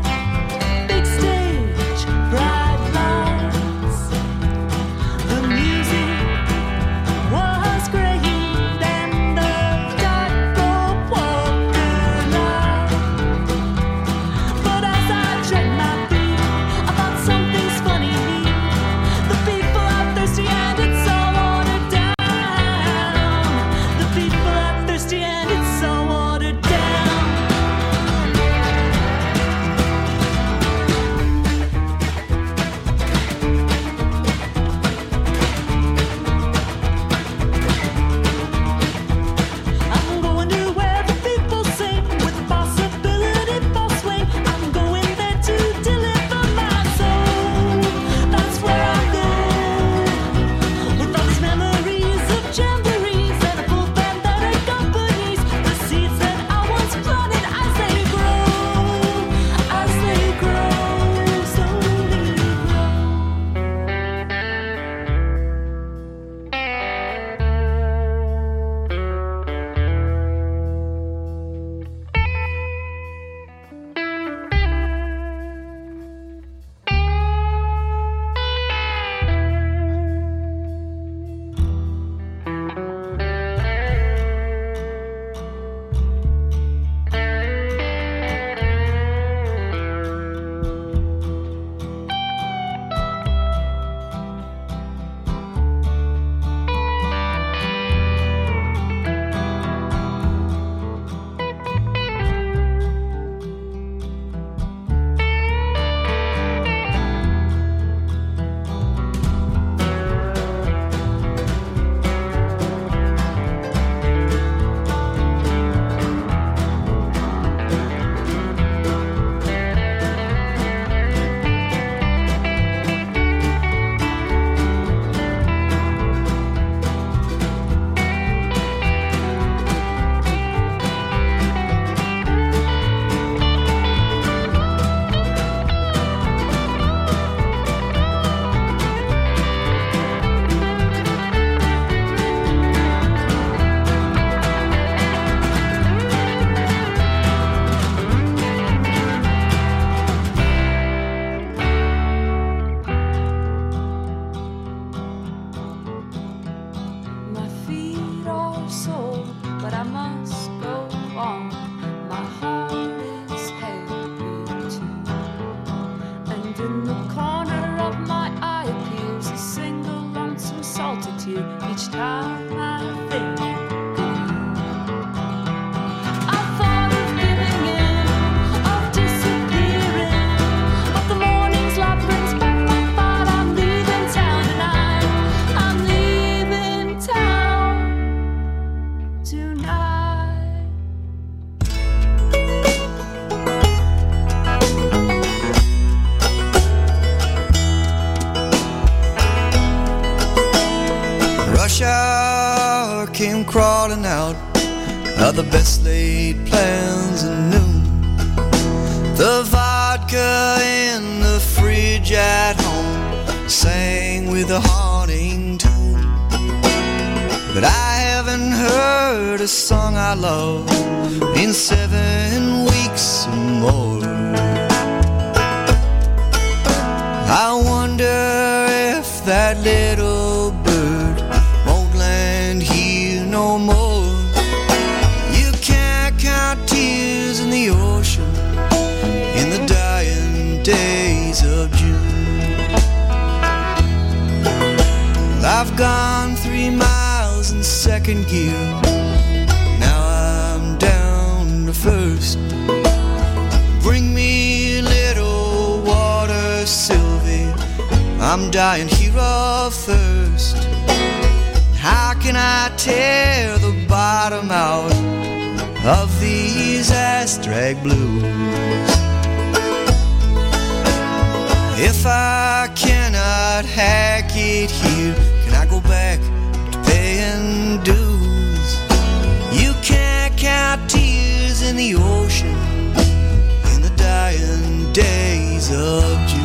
falling out of the best laid plans at noon. The vodka in the fridge at home sang with a haunting tune. But I haven't heard a song I love in 7 weeks or more. I wonder if that little bird won't land here no more. You can't count tears in the ocean in the dying days of June. I've gone 3 miles in second gear, now I'm down to first. Bring me a little water, Sylvie, I'm dying here of thirst. How can I tear the bottom out of these ass-drag blues? If I cannot hack it here, can I go back to paying dues? You can't count tears in the ocean in the dying days of June.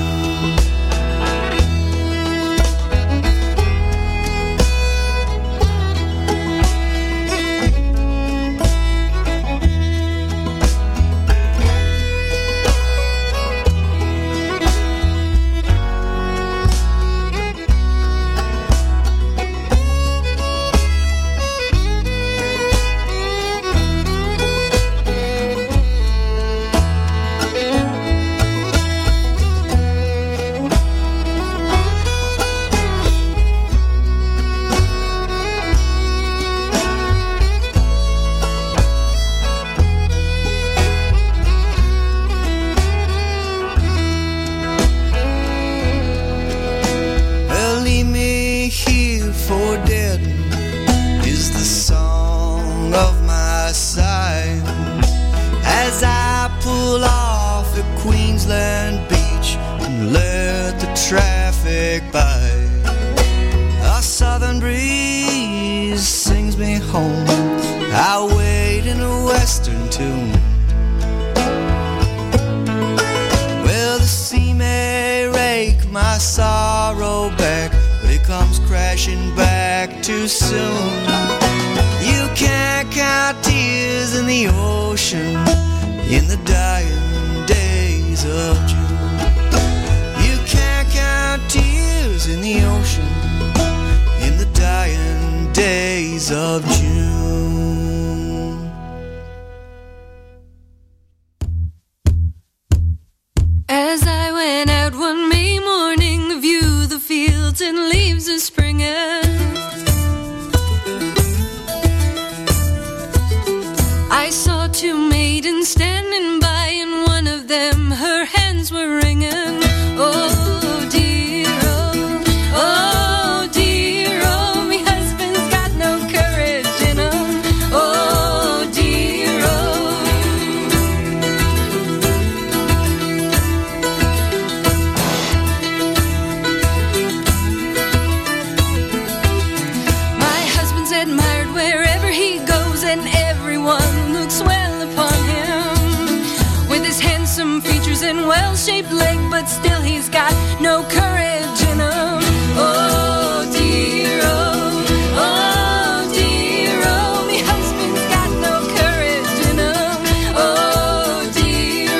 Too soon. You can't count tears in the ocean in the dying days of June. You can't count tears in the ocean in the dying days of June. As I went out one May morning to view the fields and leaves of spring, I saw 2 maidens standing by, and one of them, her hands were wringing. Oh dear, oh dear, oh, me husband's got no courage in him. Oh dear, my husband's admired wherever he goes, and everyone looks well upon him, with his handsome features and well-shaped leg, but still he's got no courage in him. Oh dear, oh dear, oh, me husband's got no courage in him. Oh dear,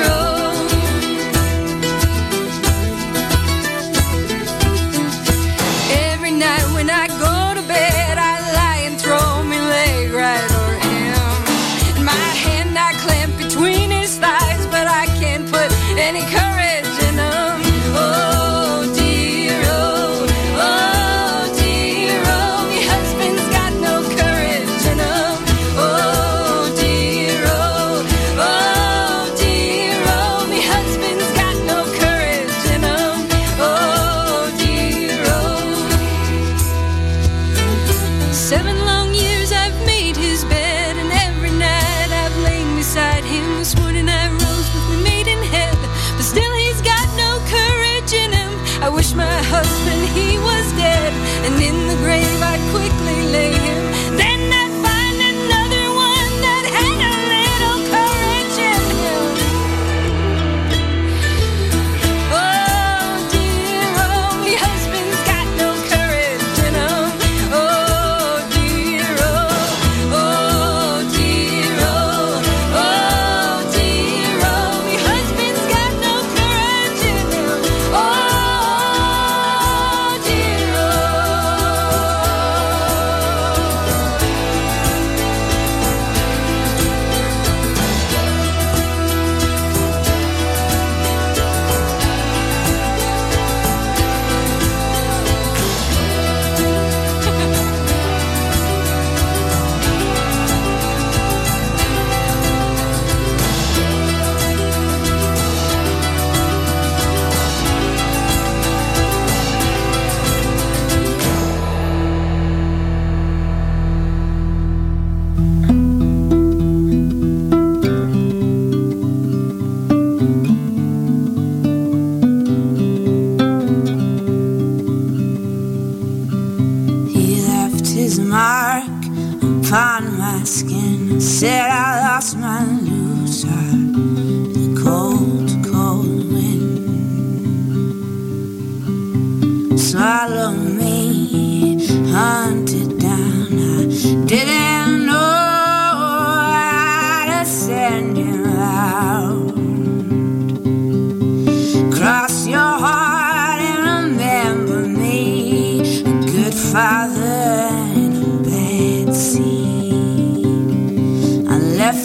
every night when I go to bed, I lie and throw me leg right over him, and my hand I clamp between his thighs, but I can't put any courage in him. Oh dear, oh dear, oh, me husband's got no courage in him. Oh dear, oh dear, oh, me husband's got no courage in him. Oh dear, 7 long years I've made his bed, and every night I've lain beside him. This morning I rose with my maiden head, but still he's got no courage in him. I wish my husband he was dead, and in the grave I'd quickly lay him. Then I'd find an again. Said I lost my loose heart. The cold, cold wind. So I love